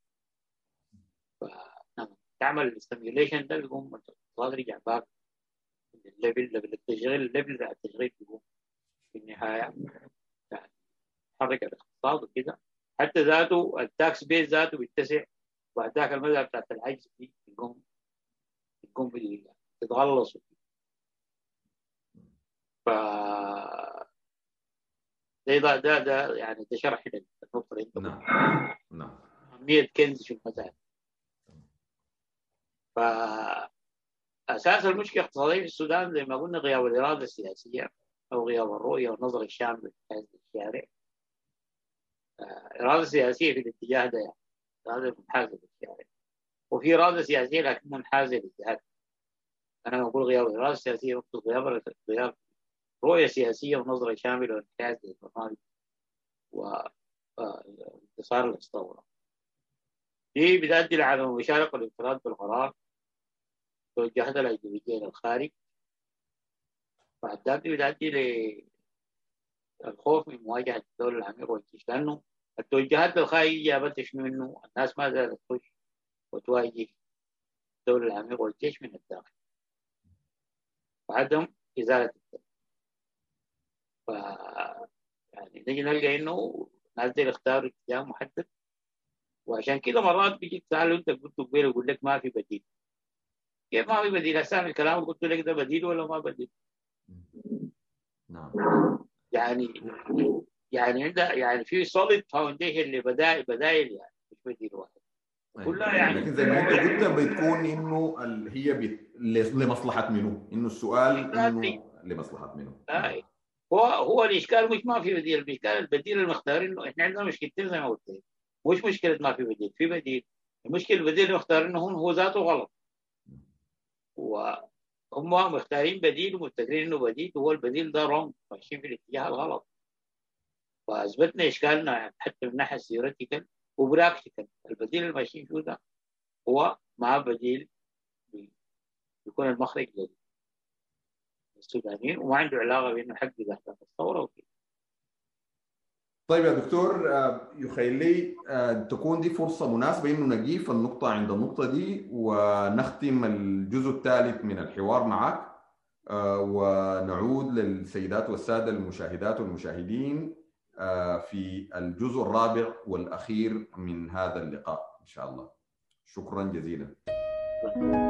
فلما تعمل ستيميوليشن ده بيقوم الاقتصاد يرجع باك الليفل ليفل التشغيل، الليفل بتاع التشغيل بيقوم في النهايه يعني يحرك الاقتصاد وكده. حتى ذاته التاكس بيز ذاته بيتسع، وبعد ذاك المدى بتاعت العجز دي بيقوم بيقوم بيتغلص. ف ده ده ده, ده يعني ده شرح النقطه اللي انت نعم نعم اهميه كنز في المسائل. فاساس المشكله الاقتصاديه في السودان زي ما قلنا غياب الاراده السياسيه او غياب الرؤيه والنظر الشامل لهذا الشارع. اراده سياسيه في الاتجاه ده، يعني اراده منحازه للشارع، وفي اراده سياسيه لكنها منحازه للجهات. انا بقول غياب الاراده السياسيه مقصود غياب غياب رؤيه سياسيه ونظره شامله وانحياز للبرنامج وانتصار للثوره. دي بتؤدي لعدم المشاركه والانفراد بالقرار، توجهات الايديولوجيه للخارج. بعد ذلك بتؤدي للخوف من مواجهه الدوله العميق والجيش، لانه التوجهات للخارج جابت شنو؟ انه الناس ما زالت تخش وتواجه الدوله العميق والجيش من الداخل، وعدم ازاله الدوله. ف يعني نجي نلقى انه الناس دي اختاروا اتجاه محدد، وعشان كده مرات بيجي تساله انت قلت قبل يقول لك ما في بديل. كيف ما في بديل؟ هسه الكلام قلت لك ده بديل ولا ما بديل؟ نعم يعني يعني عنده يعني في solid foundation لبدائل بدائل، يعني مش بديل واحد كلها. يعني لكن زي ما انت قلت بتكون انه ال... هي بت... لمصلحه منه، انه السؤال انه لمصلحه منه. آه. هو هو الاشكال مش ما في بديل، الاشكال البديل المختارين. احنا عندنا مشكلتين زي ما قلت لك، مش مشكله ما في بديل، في بديل. المشكله البديل المختارينه هون هو ذاته غلط، وهم مختارين بديل ومفتكرين انه بديل، وهو البديل ده رونج، ماشيين في الاتجاه الغلط. واثبتنا اشكالنا حتى من الناحيه الثيوريتيكال وبراكتيكال. البديل اللي ماشيين فيه ده هو مع بديل بيكون المخرج للسودانيين، وما عنده علاقه بانه حق اهداف الثوره وكده. طيب يا دكتور، يخيل لي تكون دي فرصه مناسبه انه نقيف النقطه عند النقطه دي ونختم الجزء الثالث من الحوار معك، ونعود للسيدات والساده المشاهدات والمشاهدين في الجزء الرابع والاخير من هذا اللقاء ان شاء الله. شكرا جزيلا.